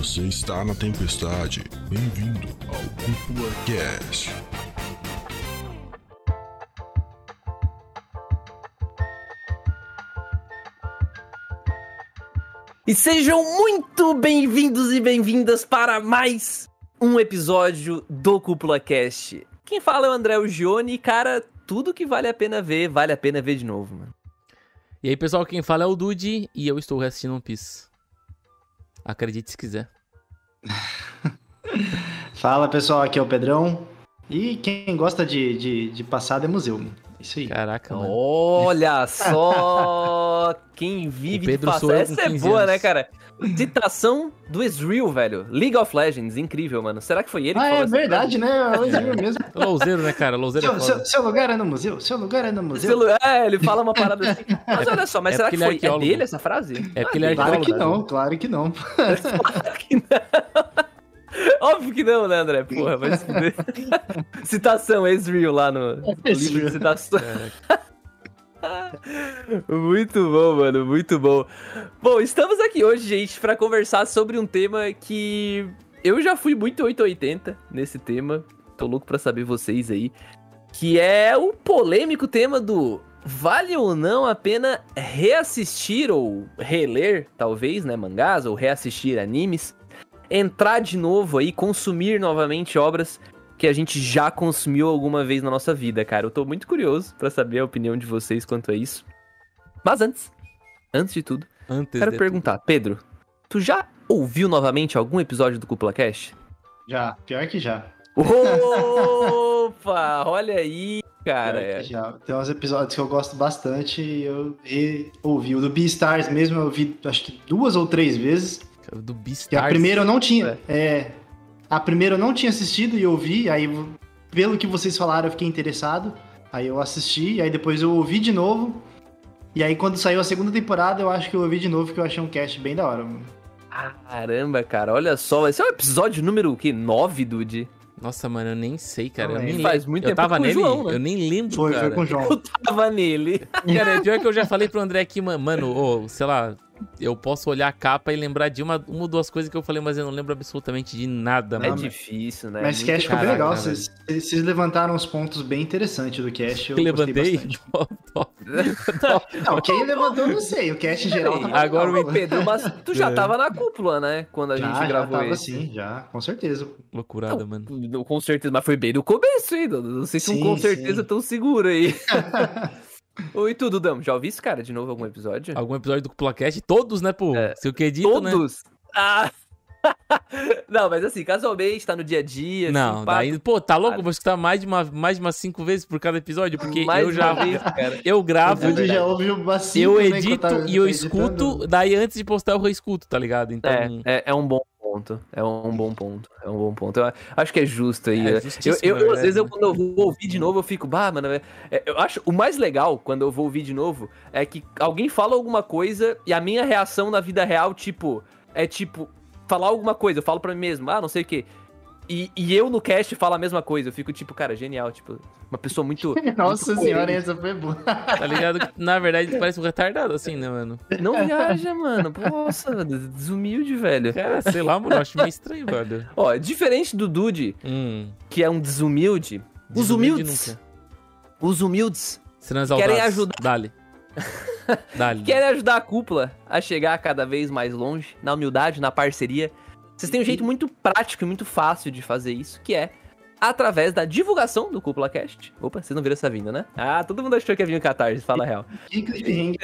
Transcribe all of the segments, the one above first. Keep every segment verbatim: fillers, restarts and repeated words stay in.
Você está na tempestade. Bem-vindo ao Cúpula Cast. E sejam muito bem-vindos e bem-vindas para mais um episódio do Cúpula Cast. Quem fala é o André Ugione e, cara, tudo que vale a pena ver, vale a pena ver de novo, mano. E aí, pessoal, quem fala é o Dude e eu estou assistindo One Piece. Acredite se quiser. Fala, pessoal, aqui é o Pedrão. E quem gosta de, de, de passado é museu. Isso aí. Caraca, mano. Olha só quem vive de passado. Essa é boa, anos. né, cara? Citação do Ezreal, velho. League of Legends, incrível, mano. Será que foi ele que ah, falou é verdade, né? É o Ezreal mesmo. Louzeiro, né, cara? Louzeiro seu, é seu, seu lugar é no museu? Seu lugar é no museu? Seu lugar, é, ele fala uma parada assim. Mas olha só, mas é será que foi é, é dele essa frase? É porque ele é Claro arqueólogo. que não, claro que não. Claro que não. Óbvio que não, né, André? Porra, vai se fuder. Citação, Ezreal lá no, no livro de citação. Muito bom, mano, muito bom. Bom, estamos aqui hoje, gente, pra conversar sobre um tema que eu já fui muito oitocentos e oitenta nesse tema. Tô louco pra saber vocês aí. Que é o polêmico tema do vale ou não a pena reassistir ou reler, talvez, né, mangás, ou reassistir animes. Entrar de novo aí, consumir novamente obras que a gente já consumiu alguma vez na nossa vida, cara. Eu tô muito curioso pra saber a opinião de vocês quanto a isso. Mas antes, antes de tudo, antes quero de perguntar, tudo. Pedro, tu já ouviu novamente algum episódio do Cúpula Cast? Já, pior que já. Opa, olha aí, cara. Pior que já. Tem uns episódios que eu gosto bastante e eu ouvi. O do Beastars mesmo eu vi, acho que duas ou três vezes. Do Beastars. Que a primeira eu não tinha. É. A primeira eu não tinha assistido e eu vi, aí pelo que vocês falaram eu fiquei interessado. Aí eu assisti, aí depois eu ouvi de novo. E aí quando saiu a segunda temporada eu acho que eu ouvi de novo, porque eu achei um cast bem da hora, mano. Caramba, cara, olha só, esse é o episódio número o quê? nove, Dude? Nossa, mano, eu nem sei, cara. Não, eu nem faz lembro. muito eu tempo tava com o nele, João, né? eu nem lembro, Foi, cara. foi com o João. Eu tava nele. Cara, pior que eu já falei pro André aqui, mano, ou, sei lá, eu posso olhar a capa e lembrar de uma, uma ou duas coisas que eu falei, mas eu não lembro absolutamente de nada, É mano. difícil, né? Mas o cast ficou bem legal, vocês, vocês levantaram uns pontos bem interessantes do cast, eu, eu gostei levantei? bastante. Top, top. Não, quem levantou eu não sei, o cast em geral tava Agora legal. o Pedro, mas tu já tava na cúpula, né? Quando a já, gente gravou já tava esse. sim, já, com certeza. Loucurada, mano. Não, com certeza, mas foi bem no começo, hein? Não, não sei se um Sim, com certeza sim. tão seguro aí. Oi, tudo, Damo. Já ouvi esse cara de novo algum episódio? Algum episódio do Cuplacast? Todos, né, pô? É, Se eu acredito, né? Todos? Ah! Não, mas assim, casualmente, tá no dia a dia. Não, assim, daí, pá, pô, tá louco? Eu vou escutar mais de, uma, mais de umas cinco vezes por cada episódio, porque mais eu já uma vez, cara. eu gravo, O Dude já ouviu bastante. eu né, edito enquanto tá- e eu tá escuto, editando. daí antes de postar eu reescuto, tá ligado? Então, É, é, é um bom ponto. É um bom ponto. É um bom ponto. Eu acho que é justo aí. É né? justíssimo, eu, eu, na às vezes, eu, verdade, quando eu vou ouvir de novo, eu fico, bah, mano. é- eu acho o mais legal quando eu vou ouvir de novo é que alguém fala alguma coisa e a minha reação na vida real, tipo, é tipo, falar alguma coisa. Eu falo pra mim mesmo, ah, não sei o quê. E, e eu no cast falo a mesma coisa. Eu fico tipo, cara, genial. Tipo, uma pessoa muito. Nossa muito senhora, coerente. essa foi boa. tá ligado? Na verdade, parece um retardado assim, né, mano? Não viaja, mano. Nossa, desumilde, velho. Cara, sei lá, mano, eu acho meio estranho, velho. Ó, diferente do Dude, Hum, que é um desumilde, os desumilde humildes. nunca. Os humildes Cenas Querem audazes. ajudar. Dale. Dale. querem ajudar a cúpula a chegar cada vez mais longe, na humildade, na parceria. Vocês têm um jeito muito prático e muito fácil de fazer isso, que é através da divulgação do Cúpula Cast. Opa, vocês não viram essa vinda, né? Ah, todo mundo achou que ia vir o Catarse, fala a real. Que cliffhanger.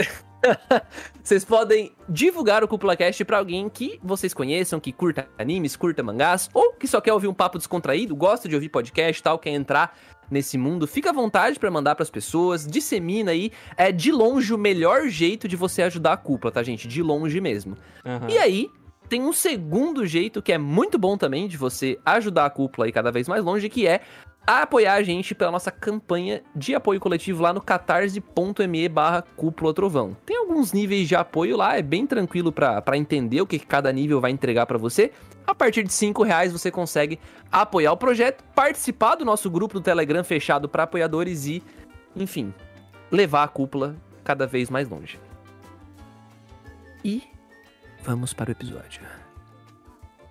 Vocês podem divulgar o Cúpula Cast pra alguém que vocês conheçam, que curta animes, curta mangás, ou que só quer ouvir um papo descontraído, gosta de ouvir podcast e tal, quer entrar nesse mundo. Fica à vontade pra mandar pras pessoas, dissemina aí. É de longe o melhor jeito de você ajudar a cúpula, tá, gente? De longe mesmo. Aham. E aí, tem um segundo jeito que é muito bom também de você ajudar a cúpula aí cada vez mais longe, que é apoiar a gente pela nossa campanha de apoio coletivo lá no catarse.me barra cúpula trovão. Tem alguns níveis de apoio lá, é bem tranquilo pra, pra entender o que cada nível vai entregar pra você. A partir de cinco reais você consegue apoiar o projeto, participar do nosso grupo do Telegram fechado pra apoiadores e, enfim, levar a cúpula cada vez mais longe. E vamos para o episódio.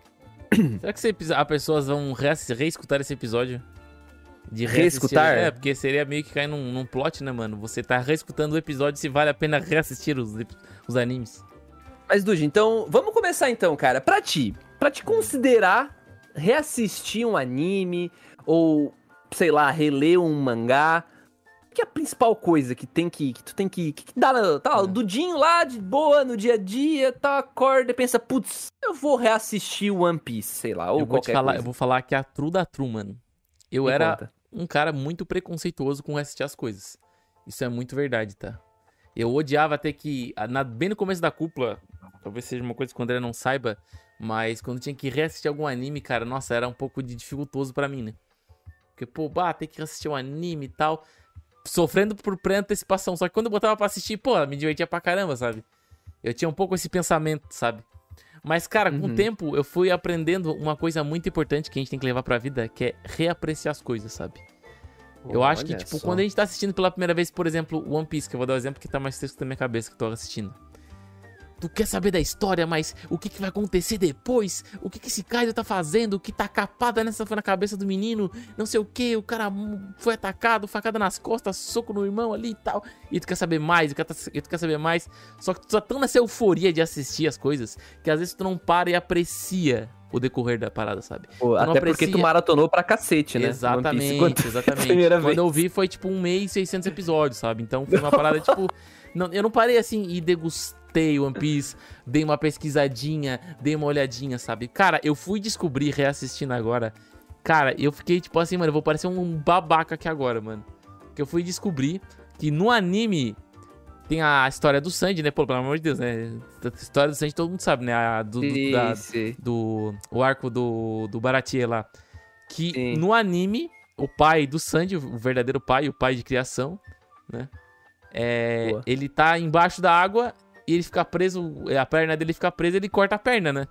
Será que esse, as pessoas vão re- reescutar esse episódio? De Reescutar? É, porque seria meio que cair num, num plot, né, mano? Você tá reescutando o episódio se vale a pena reassistir os, os animes. Mas, Dude, então, vamos começar então, cara. Pra ti, pra te considerar reassistir um anime ou, sei lá, reler um mangá, que é a principal coisa que tem que, que tu tem que, que, que dá, na, tá, o Dudinho lá de boa no dia a dia, tá, acorda e pensa, putz, eu vou reassistir One Piece, sei lá, ou eu vou te qualquer falar, coisa. Eu vou falar que é a true da true, mano. Eu Me era conta. um cara muito preconceituoso com assistir as coisas. Isso é muito verdade, tá? Eu odiava ter que, na, bem no começo da cúpula, talvez seja uma coisa que o André não saiba, mas quando tinha que reassistir algum anime, cara, nossa, era um pouco de dificultoso pra mim, né? Porque, pô, bah, tem que reassistir um anime e tal, sofrendo por pré-antecipação. Só que quando eu botava pra assistir, pô, me divertia pra caramba, sabe? Eu tinha um pouco esse pensamento, sabe? Mas, cara, com Uhum. o tempo, eu fui aprendendo uma coisa muito importante que a gente tem que levar pra vida, que é reapreciar as coisas, sabe? Eu acho que, Olha tipo, só. quando a gente tá assistindo pela primeira vez, por exemplo, One Piece, que eu vou dar um exemplo que tá mais fresco na minha cabeça que eu tô assistindo. Tu quer saber da história, mas o que, que vai acontecer depois? O que, que esse Kaido tá fazendo? O que tá capada nessa foi na cabeça do menino? Não sei o que, o cara foi atacado, facada nas costas, soco no irmão ali e tal. E tu quer saber mais, e tu quer, e tu quer saber mais. Só que tu tá tão nessa euforia de assistir as coisas que às vezes tu não para e aprecia o decorrer da parada, sabe? Pô, tu não até porque tu aprecia- maratonou pra cacete, né? Exatamente, One Piece, quando- exatamente. primeira Quando vez. eu vi foi tipo um mês e seiscentos episódios, sabe? Então foi uma parada tipo... Não, eu não parei assim e degustei One Piece, dei uma pesquisadinha, dei uma olhadinha, sabe? Cara, eu fui descobrir, reassistindo agora. Cara, eu fiquei tipo assim, mano, eu vou parecer um babaca aqui agora, mano. Porque eu fui descobrir que no anime tem a história do Sanji, né? Pô, pelo amor de Deus, né? A história do Sanji todo mundo sabe, né? A do, do, Sim, da- sim. do o arco do, do Baratie lá. Que Sim. no anime, o pai do Sanji, o verdadeiro pai, o pai de criação, né? É, Boa. ele tá embaixo da água e ele fica preso, a perna dele fica presa, ele corta a perna, né?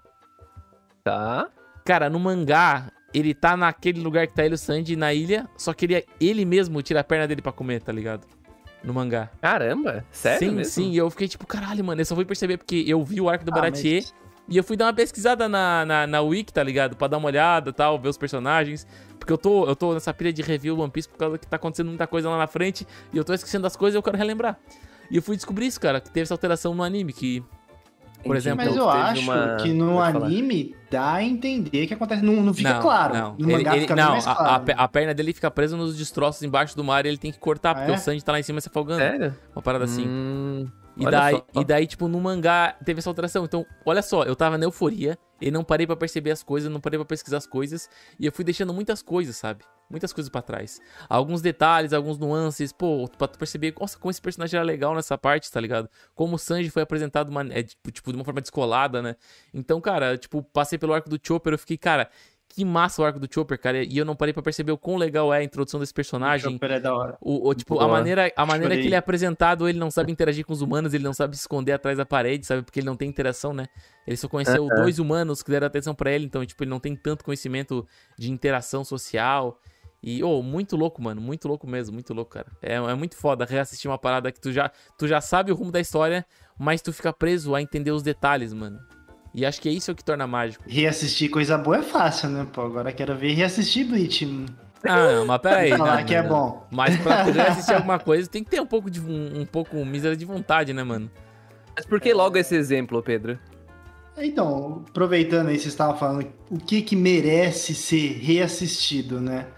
Tá. Cara, no mangá, ele tá naquele lugar que tá ele, o Sanji, na ilha, só que ele, ele mesmo tira a perna dele pra comer, tá ligado? No mangá. Caramba, sério sim, mesmo? sim, e eu fiquei tipo, caralho, mano, eu só fui perceber porque eu vi o arco do Ah, Baratie mas- e eu fui dar uma pesquisada na, na, na Wiki, tá ligado? Pra dar uma olhada e tal, ver os personagens. Porque eu tô, eu tô nessa pilha de review One Piece por causa que tá acontecendo muita coisa lá na frente e eu tô esquecendo das coisas e eu quero relembrar. E eu fui descobrir isso, cara, que teve essa alteração no anime, que... Por exemplo, Mas eu teve acho uma- que no Pode falar. anime dá a entender que acontece. Não, não fica não, claro. Não, No Ele- mangá ele- fica bem não mais a, claro. a, pe- a perna dele fica presa nos destroços embaixo do mar e ele tem que cortar, porque Ah, é? o Sanji tá lá em cima se afogando. Sério? Uma parada assim. Hum, E olha daí, só. e daí, tipo, no mangá teve essa alteração. Então, olha só, eu tava na euforia e não parei pra perceber as coisas, não parei pra pesquisar as coisas. E eu fui deixando muitas coisas, sabe? Muitas coisas pra trás. Alguns detalhes, alguns nuances. Pô, pra tu perceber, nossa, como esse personagem era legal nessa parte, tá ligado? Como o Sanji foi apresentado uma, é, tipo, tipo, de uma forma descolada, né? Então, cara, tipo, passei pelo arco do Chopper, eu fiquei, cara... Que massa o arco do Chopper, cara. E eu não parei pra perceber o quão legal é a introdução desse personagem. Chopper é da hora. O, o- tipo, Boa. a maneira, a maneira Chorei. que ele é apresentado, ele não sabe interagir com os humanos, ele não sabe se esconder atrás da parede, sabe? Porque ele não tem interação, né? Ele só conheceu Aham. dois humanos que deram atenção pra ele, então, tipo, ele não tem tanto conhecimento de interação social. E, ô, muito louco, mano. Muito louco mesmo, muito louco, cara. É, é muito foda reassistir uma parada que tu já, tu já sabe o rumo da história, mas tu fica preso a entender os detalhes, mano. E acho que é isso que torna mágico. Reassistir coisa boa é fácil, né? Pô, agora eu quero ver reassistir Bleach. Ah, não, mas peraí. Falar não, que é não. bom. Mas pra tu assistir alguma coisa, tem que ter um pouco de um, um pouco mísera de vontade, né, mano? Mas por que logo esse exemplo, Pedro? Então, aproveitando aí, vocês estavam falando o que que merece ser reassistido, né?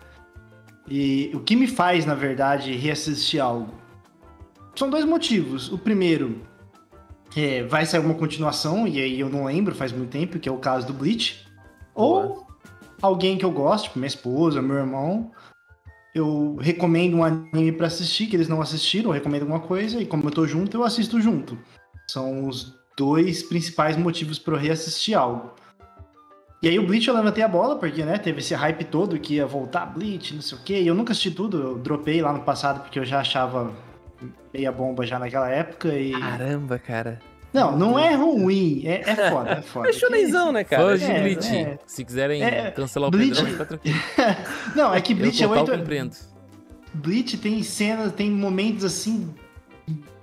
E o que me faz, na verdade, reassistir algo? São dois motivos. O primeiro, é, vai sair uma continuação, e aí eu não lembro, faz muito tempo, que é o caso do Bleach. Ou alguém que eu gosto, tipo minha esposa, meu irmão, eu recomendo um anime pra assistir, que eles não assistiram, eu recomendo alguma coisa, e como eu tô junto, eu assisto junto. São os dois principais motivos pra eu reassistir algo. E aí o Bleach eu levantei a bola, porque, né, teve esse hype todo que ia voltar Bleach, não sei o quê, e eu nunca assisti tudo, eu dropei lá no passado, porque eu já achava meia bomba já naquela época, e... Caramba, cara. Não, não é ruim, é, é foda, é foda. É shonenzão, né, cara? Fãs de é, Bleach, é. se quiserem É, cancelar o Bleach- Pedrão, fica tranquilo. Não, é que Bleach eu é total oito... compreendo. Bleach tem cenas, tem momentos assim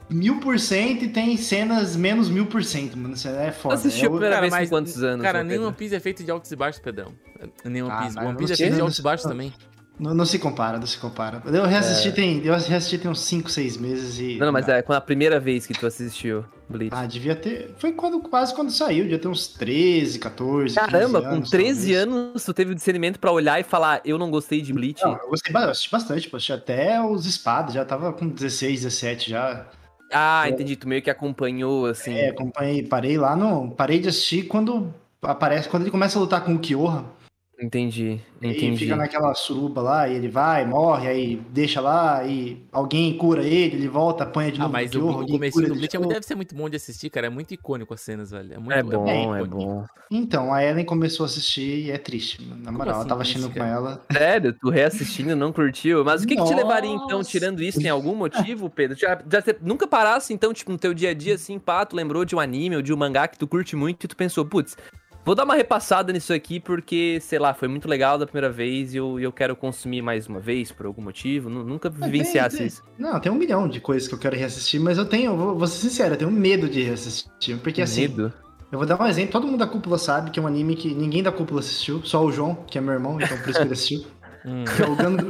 mil por cento e tem cenas menos mil por cento, mano. Isso é foda. Assistiu É a o- primeira Cara, vez com mas, quantos anos? cara, João nem Pedro? One Piece é feito de altos e baixos, Pedrão. Nem One Ah, Piece. mas One não Piece é sei, feito de não altos e sei. baixos também. Não, não se compara, não se compara. Eu reassisti, tem, eu reassisti tem uns cinco, seis meses e... Não, não, mas é quando a primeira vez que tu assistiu Bleach. Ah, devia ter... Foi quando, quase quando saiu, devia ter uns treze, catorze, Caramba, quinze com anos, treze talvez. anos tu teve o discernimento pra olhar e falar, eu não gostei de Bleach. Não, eu gostei bastante, eu assisti bastante, pô, assisti até os espadas, já tava com dezesseis, dezessete já. Ah, entendi, tu meio que acompanhou, assim. É, acompanhei, parei lá no... Parei de assistir quando aparece, quando ele começa a lutar com o Kyoha. Entendi, E entendi. fica naquela suruba lá, e ele vai, morre, aí deixa lá, e alguém cura ele, ele volta, apanha de Ah, novo mas do o, Kyoha, o alguém começo cura do ele de Bleach é- novo. deve ser muito bom de assistir, cara. É muito icônico as cenas, velho. É, muito, É bom, é muito icônico. bom. Então, a Ellen começou a assistir e é triste, mano. Na moral, assim eu tava triste, assistindo com cara? ela. Sério, tu reassistindo não curtiu? Mas o que, que te levaria, então, Nossa. tirando isso, tem algum motivo, Pedro? Já, já te- nunca parasse, então, tipo, no teu dia a dia, assim, pá, tu lembrou de um anime ou de um mangá que tu curte muito e tu pensou, putz, vou dar uma repassada nisso aqui porque, sei lá, foi muito legal da primeira vez e eu, eu quero consumir mais uma vez por algum motivo. Nu- Nunca Mas vivenciasse tem- isso. Não, tem um milhão de coisas que eu quero reassistir, mas eu tenho, eu vou, vou ser sincero, eu tenho medo de reassistir. Porque assim, Medo. eu vou dar um exemplo, todo mundo da cúpula sabe que é um anime que ninguém da cúpula assistiu, só o João, que é meu irmão, então por isso que ele assistiu. Hum. É o Gun...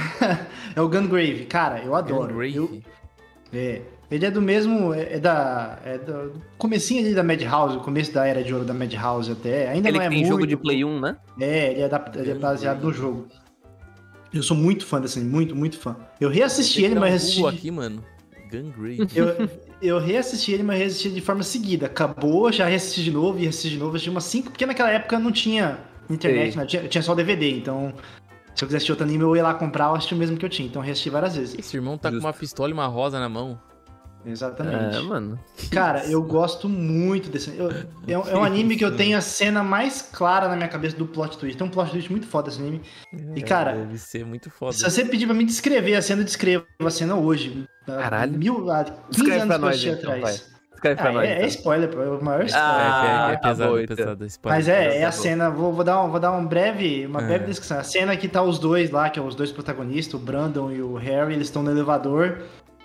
é o Gungrave. Cara, eu adoro. Gungrave. Eu... É. Ele é do mesmo. É, é da. É do comecinho ali da Madhouse, o começo da era de ouro da Madhouse até. Ainda Ele não é que tem muito. jogo de Play um, né? É, ele é, da- ele é baseado no jogo. Eu sou muito fã desse anime, muito, muito fã. Eu reassisti ele, Dá um mas reassisti. Google aqui, mano. Gungrave. Eu, eu reassisti ele, mas reassisti de forma seguida. Acabou, já reassisti de novo, e reassisti de novo, assisti umas cinco, porque naquela época não tinha internet, Sei. né? tinha, tinha só D V D, então se eu quisesse assistir outro anime, eu ia lá comprar, eu assisti o mesmo que eu tinha, então eu reassisti várias vezes. Esse irmão tá Justo. com uma pistola e uma rosa na mão. Exatamente. É, mano. Cara, eu gosto muito desse. eu- é, um- é um anime que eu tenho a cena mais clara na minha cabeça do plot twist. Tem um plot twist muito foda esse anime. E, cara, Deve ser muito foda. se você pedir pra mim descrever a cena, eu descrevo a cena hoje. Há Caralho. Mil, há quinze Descreve anos pra que eu nós, assisti então, atrás. Escreve pra Ah, nós. é, é então. spoiler, pô. É o maior É, spoiler. é, Ah, é, é tá pesado, bom, é então. pesado. spoiler. Mas é, é tá a bom. cena, vou, vou, dar um, vou dar um breve, uma É. breve descrição. A cena que tá os dois lá, que é os dois protagonistas, o Brandon e o Harry, eles estão no elevador.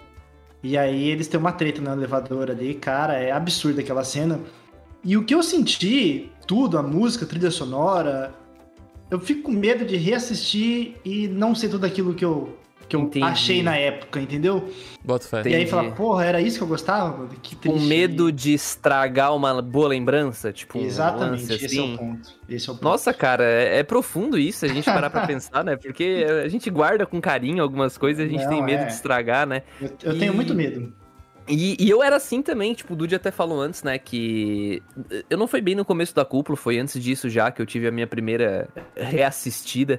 E aí eles têm uma treta no elevador ali, cara, é absurda aquela cena. E o que eu senti, tudo, a música, a trilha sonora, eu fico com medo de reassistir e não ser tudo aquilo que eu, que eu Entendi. achei na época, entendeu? Bota fé. Tem- E aí Entendi. falar, porra, era isso que eu gostava? mano? Que Com triste. medo de estragar uma boa lembrança, tipo, um Exatamente, lance esse é assim. o ponto. Esse é o ponto. Nossa, cara, é, é profundo isso, a gente parar pra pensar, né? Porque a gente guarda com carinho algumas coisas e a gente Não, tem medo é. de estragar, né? Eu, eu tenho E- muito medo. E, e eu era assim também, tipo, o Dude até falou antes, né, que eu não foi bem no começo da cúpula, foi antes disso já que eu tive a minha primeira reassistida.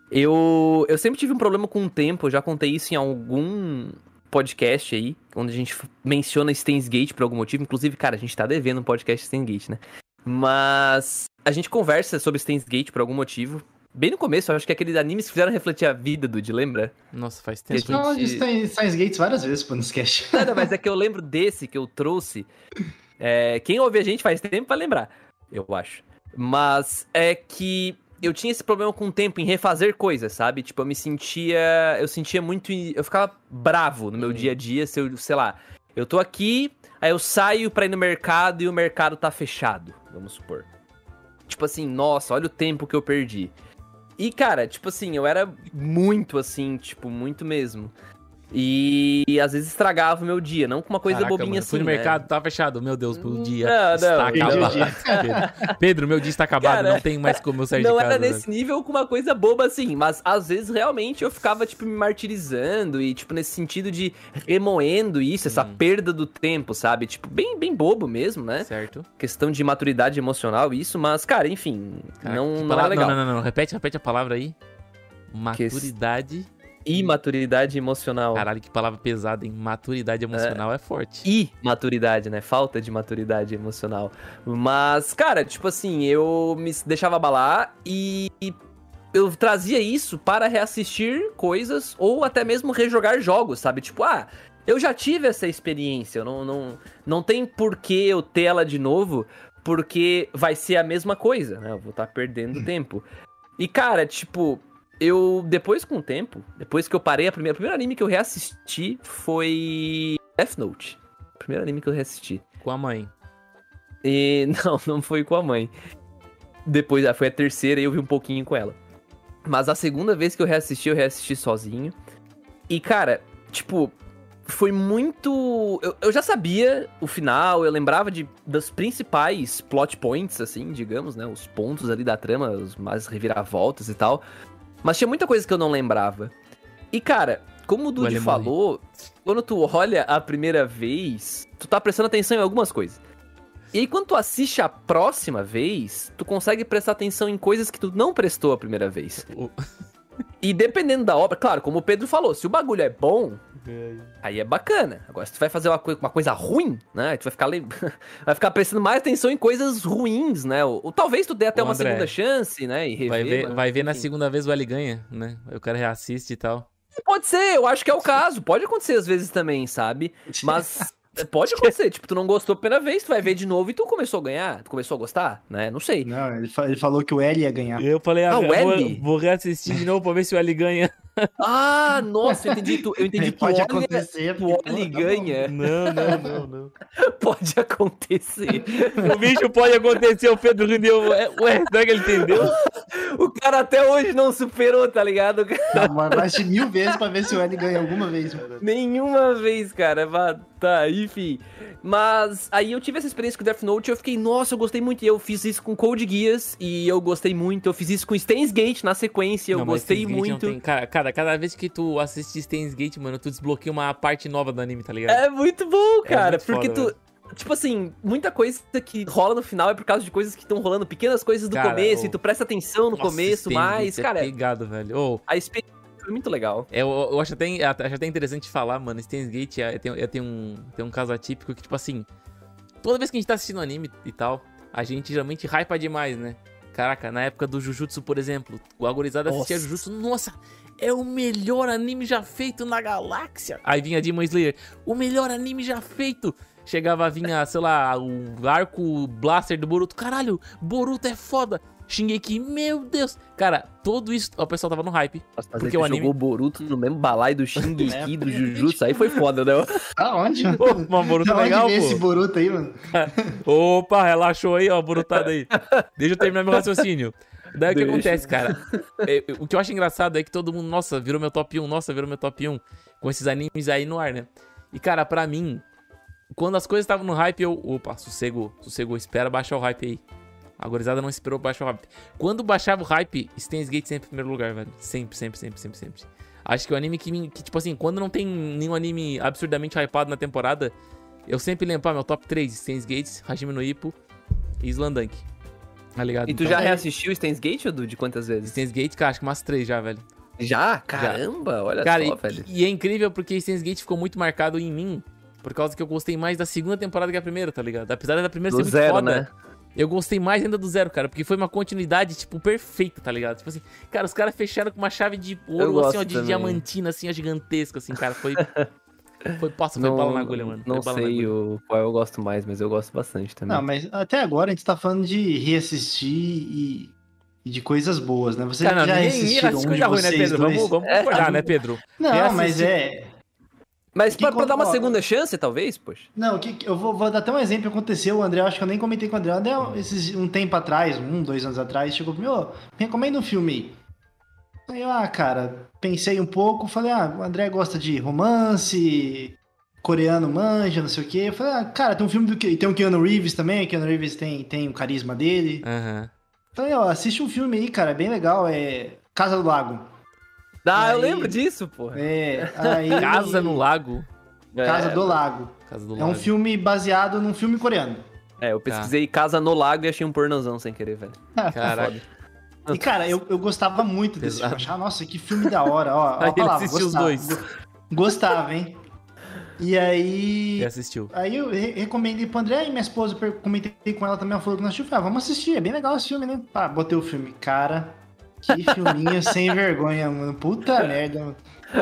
Eu, eu sempre tive um problema com o tempo, eu já contei isso em algum podcast aí, onde a gente menciona Steins Gate por algum motivo, inclusive, cara, a gente tá devendo um podcast Steins Gate, né? Mas a gente conversa sobre Steins Gate por algum motivo. Bem no começo, eu acho que aqueles animes que fizeram refletir a vida, Dude, lembra? Nossa, faz Que a tempo. gente- Não, a gente tem Science Gates várias vezes, pô, no sketch. Nada, mas é que eu lembro desse que eu trouxe. É, quem ouve a gente faz tempo vai lembrar, eu acho. Mas é que eu tinha esse problema com o tempo em refazer coisas, sabe? Tipo, eu me sentia. Eu sentia muito. Eu ficava bravo no meu Hum. dia a dia se eu, sei lá, eu tô aqui, aí eu saio pra ir no mercado e o mercado tá fechado, vamos supor. Tipo assim, nossa, olha o tempo que eu perdi. E, cara, tipo assim, eu era muito assim, tipo, muito mesmo. E às vezes estragava o meu dia, não com uma coisa Caraca, bobinha mano, assim, fui no né? mercado, tá fechado. Meu Deus, o dia Não, não, está perdi o acabado. dia. Pedro, Pedro, meu dia está acabado, Cara, não tem mais como eu sair Não de casa. era nesse nível com uma coisa boba assim, mas às vezes realmente eu ficava, tipo, me martirizando e, tipo, nesse sentido de remoendo isso, essa Hum. perda do tempo, sabe? Tipo, bem, bem bobo mesmo, né? Certo. Questão de maturidade emocional, isso, mas, cara, enfim, Caraca, não, que não palavra- é legal. Não, não, não, não, repete, repete a palavra aí. Maturidade. Imaturidade emocional. Caralho, que palavra pesada, hein? Maturidade emocional é, forte. E maturidade, né? Falta de maturidade emocional. Mas, cara, tipo assim, eu me deixava abalar e eu trazia isso para reassistir coisas ou até mesmo rejogar jogos, sabe? Tipo, ah, eu já tive essa experiência, eu não, não, não tem por que eu ter ela de novo, porque vai ser a mesma coisa, né? Eu vou estar perdendo tempo. E, cara, tipo, eu, depois com o tempo, depois que eu parei, a primeira, o primeiro anime que eu reassisti foi Death Note. Primeiro anime que eu reassisti. Com a mãe. E não, não foi com a mãe. Depois, ah, foi a terceira e eu vi um pouquinho com ela. Mas a segunda vez que eu reassisti, eu reassisti sozinho. E, cara, tipo, foi muito... Eu, eu já sabia o final, eu lembrava de, das principais plot points, assim, digamos, né? Os pontos ali da trama, os mais reviravoltas e tal. Mas tinha muita coisa que eu não lembrava. E, cara, como o Dude falou, quando tu olha a primeira vez, tu tá prestando atenção em algumas coisas. E aí, quando tu assiste a próxima vez, tu consegue prestar atenção em coisas que tu não prestou a primeira vez. E dependendo da obra, claro, como o Pedro falou, se o bagulho é bom, aí é bacana. Agora, se tu vai fazer uma, coi- uma coisa ruim, né, tu vai ficar, le... vai ficar prestando mais atenção em coisas ruins, né? Ou, ou talvez tu dê até Ô, uma André, segunda chance, né, e rever. Vai ver, mas, vai ver na enfim. segunda vez o L ganha, né? Aí o cara reassiste e tal. Pode ser, eu acho que é o caso. Pode acontecer às vezes também, sabe? Mas pode acontecer. Tipo, tu não gostou a primeira vez, tu vai ver de novo e tu começou a ganhar. Tu começou a gostar, né? Não sei. Não, ele, fa- ele falou que o L ia ganhar. Eu falei, Ah, ah, o vou, L? vou reassistir de novo pra ver se o L ganha. Ah, nossa, eu entendi. Tu, eu entendi. Tu Pode olha, acontecer. tu olha e ganha. Não, não, não, não. Pode acontecer. O bicho pode acontecer, o Pedro rendeu. Ué, será que ele entendeu? O cara até hoje não superou, tá ligado? Não, mas vai assistir mil vezes pra ver se o L ganha alguma vez. Mano. Nenhuma vez, cara. Mas, tá, enfim. Mas aí eu tive essa experiência com Death Note e eu fiquei, nossa, eu gostei muito. E eu fiz isso com Code Geass e eu gostei muito. Eu fiz isso com Steins Gate na sequência, eu Não, mas gostei Steins Gate não muito. tem- Cara, cada, cada vez que tu assiste Steins Gate, mano, tu desbloqueia uma parte nova do anime, tá ligado? É muito bom, cara, muito porque foda, tu... Tipo assim, muita coisa que rola no final é por causa de coisas que estão rolando, pequenas coisas do Cara, começo, ô, e tu presta atenção no Nossa, começo Steins mais, Gate cara, É pegado, velho. Ô, a experiência foi muito legal. É, eu, eu acho até, acho até interessante falar, mano, Steins Gate é, tem, é, tem, um, tem um caso atípico que, tipo assim, toda vez que a gente tá assistindo anime e tal, a gente geralmente hypa demais, né? Caraca, na época do Jujutsu, por exemplo, o agorizado assistia Nossa. Jujutsu, nossa, é o melhor anime já feito na galáxia. Aí vinha Demon Slayer, o melhor anime já feito. Chegava, vinha, sei lá, o arco blaster do Boruto, caralho, Boruto é foda. Shingeki, meu Deus. Cara, tudo isso, o pessoal tava no hype. Nossa, mas Porque aí tu o anime- jogou o Boruto no mesmo balaio do Shingeki, É, do Jujutsu, aí foi foda, né? Aonde? Pô, uma Boruto Da onde legal, veio esse pô. Boruto aí, mano? Opa, relaxou aí, ó, Borutada aí. Deixa eu terminar meu raciocínio. Daí o que Deixa. acontece, cara? É, o que eu acho engraçado é que todo mundo, nossa, virou meu top um, nossa, virou meu top um, com esses animes aí no ar, né? E, cara, pra mim, quando as coisas estavam no hype, eu, opa, sossego, sossego, espera baixar o hype aí. A gorizada não esperou baixar o hype. Quando baixava o hype, Steins Gate sempre em primeiro lugar, velho. Sempre, sempre, sempre, sempre, sempre. Acho que o anime que, me- que, tipo assim, quando não tem nenhum anime absurdamente hypado na temporada, eu sempre lembro, pá, meu top três, Steins Gate, Hajime no Ippo e Slandunk. Tá ligado? E tu Então, já reassistiu Steins Gate, Edu? De quantas vezes? Steins Gate, cara, acho que umas três já, velho. Já? Caramba, olha Cara, só, e, velho. e é incrível porque Steins Gate ficou muito marcado em mim, por causa que eu gostei mais da segunda temporada que a primeira, tá ligado? Apesar da primeira Do ser muito zero, foda, né? eu gostei mais ainda do zero, cara, porque foi uma continuidade, tipo, perfeita, tá ligado? Tipo assim, cara, os caras fecharam com uma chave de Eu ouro, assim, gosto ó, de também. diamantina, assim, ó, gigantesca, assim, cara, foi... Foi, posso, foi Não, bala na agulha, mano. não Foi bala na sei agulha. o qual eu gosto mais, mas eu gosto bastante também. Não, mas até agora a gente tá falando de reassistir e, e de coisas boas, né? Vocês Cara, não, já ninguém assistiram assiste um coisa de ruim, né, vocês Pedro? dois? Vamos, vamos É, concordar, a- né, Pedro? Não, Reassistir- mas é... Mas que pra, pra dar uma quando- segunda chance, talvez, poxa. Não, que, que- eu vou, vou dar até um exemplo que aconteceu, o André, eu acho que eu nem comentei com o André. O André, esses, um tempo atrás, um, dois anos atrás, chegou pra mim, ô, recomenda um filme aí. Aí eu, ah, cara, pensei um pouco, falei, ah, o André gosta de romance, coreano manja, não sei o quê. Eu falei, ah, cara, tem um filme do que tem o Keanu Reeves também, o Keanu Reeves tem, tem o carisma dele. Aham. Falei, ó, assiste um filme aí, cara, bem legal, é Casa do Lago. Ah, eu Aí- lembro disso, porra. É, aí... Casa no Lago. Casa É, do Lago. Casa do É Lago. um filme baseado num filme coreano. É, eu pesquisei Casa no Lago e achei um pornozão sem querer, velho. Caraca. E, cara, eu, eu gostava muito desse Pesado. filme. Achava, nossa, que filme da hora. Ó, ó Aí a palavra, ele assistiu os gostava. dois. Go- Gostava, hein? E aí... Você assistiu. Aí eu re- recomendei pro André e minha esposa, per- comentei com ela também, ela falou que nós assistiu. Falei, ah, vamos assistir, é bem legal esse filme, né? Pá, botei o filme. Cara, que filminho sem vergonha, mano. Puta merda, mano.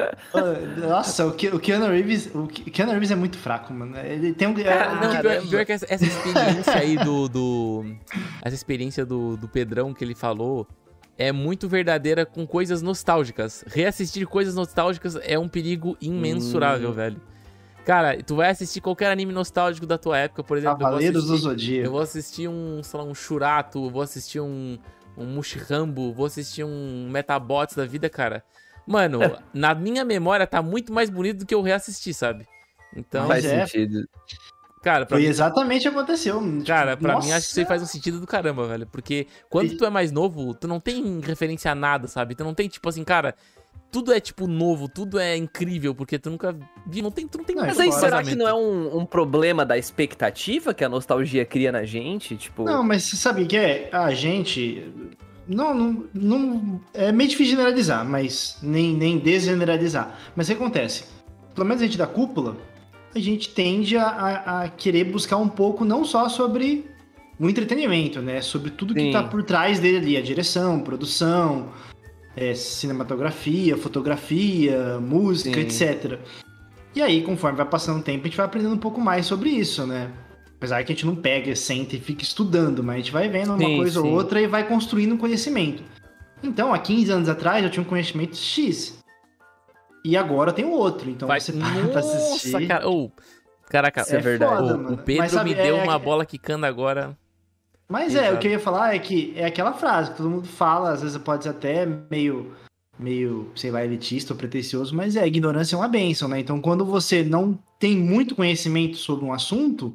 Ô, Nossa, o, Ke- o Keanu Reeves, o Ke- Keanu Reeves é muito fraco, mano. Ele tem um... Cara, não, cara, pior, pior que essa, essa experiência aí do, do... Essa experiência do, do Pedrão que ele falou é muito verdadeira com coisas nostálgicas. Reassistir coisas nostálgicas é um perigo imensurável, Hum. velho. Cara, tu vai assistir qualquer anime nostálgico da tua época, por exemplo. Cavaleiros eu do vou assistir, Zodíaco. Eu vou assistir um, sei lá, um Shurato, vou assistir um, um Mushirambo, vou assistir um Metabots da vida, cara. Mano, na minha memória tá muito mais bonito do que eu reassistir, sabe? Então, Faz é. sentido. cara, pra Foi mim, exatamente o que aconteceu. cara, Tipo, pra nossa. mim acho que isso aí faz um sentido do caramba, velho. Porque quando E- tu é mais novo, tu não tem referência a nada, sabe? Tu não tem, tipo assim, cara, tudo é, tipo, novo, tudo é incrível, porque tu nunca viu, não tem, tu não tem Não, Mas Mas aí, fora, será que não é um, um problema da expectativa que a nostalgia cria na gente? Tipo, Não, mas você sabe o que é? A gente. Não, não, não. É meio difícil generalizar, mas. Nem, nem desgeneralizar. Mas o que acontece? Pelo menos a gente da cúpula, a gente tende a, a, a querer buscar um pouco não só sobre o entretenimento, né? Sobre tudo que Sim. tá por trás dele ali, a direção, produção, é, cinematografia, fotografia, música, Sim. etcétera. E aí, conforme vai passando o tempo, a gente vai aprendendo um pouco mais sobre isso, né? Apesar que a gente não pega, senta e fica estudando, mas a gente vai vendo uma Sim, coisa sim. ou outra e vai construindo um conhecimento. Então, há quinze anos atrás, eu tinha um conhecimento X. E agora eu tenho outro. Então Vai... você para pra assistir. Nossa, cara. Ô, caraca, Isso é verdade. foda, o- mano. o Pedro Mas, sabe, me deu é- uma é- bola quicando agora. Mas é, Exato. o que eu ia falar é que é aquela frase que todo mundo fala, às vezes pode ser até meio, meio, sei lá, elitista ou pretencioso, mas é, a ignorância é uma bênção, né? Então, quando você não tem muito conhecimento sobre um assunto,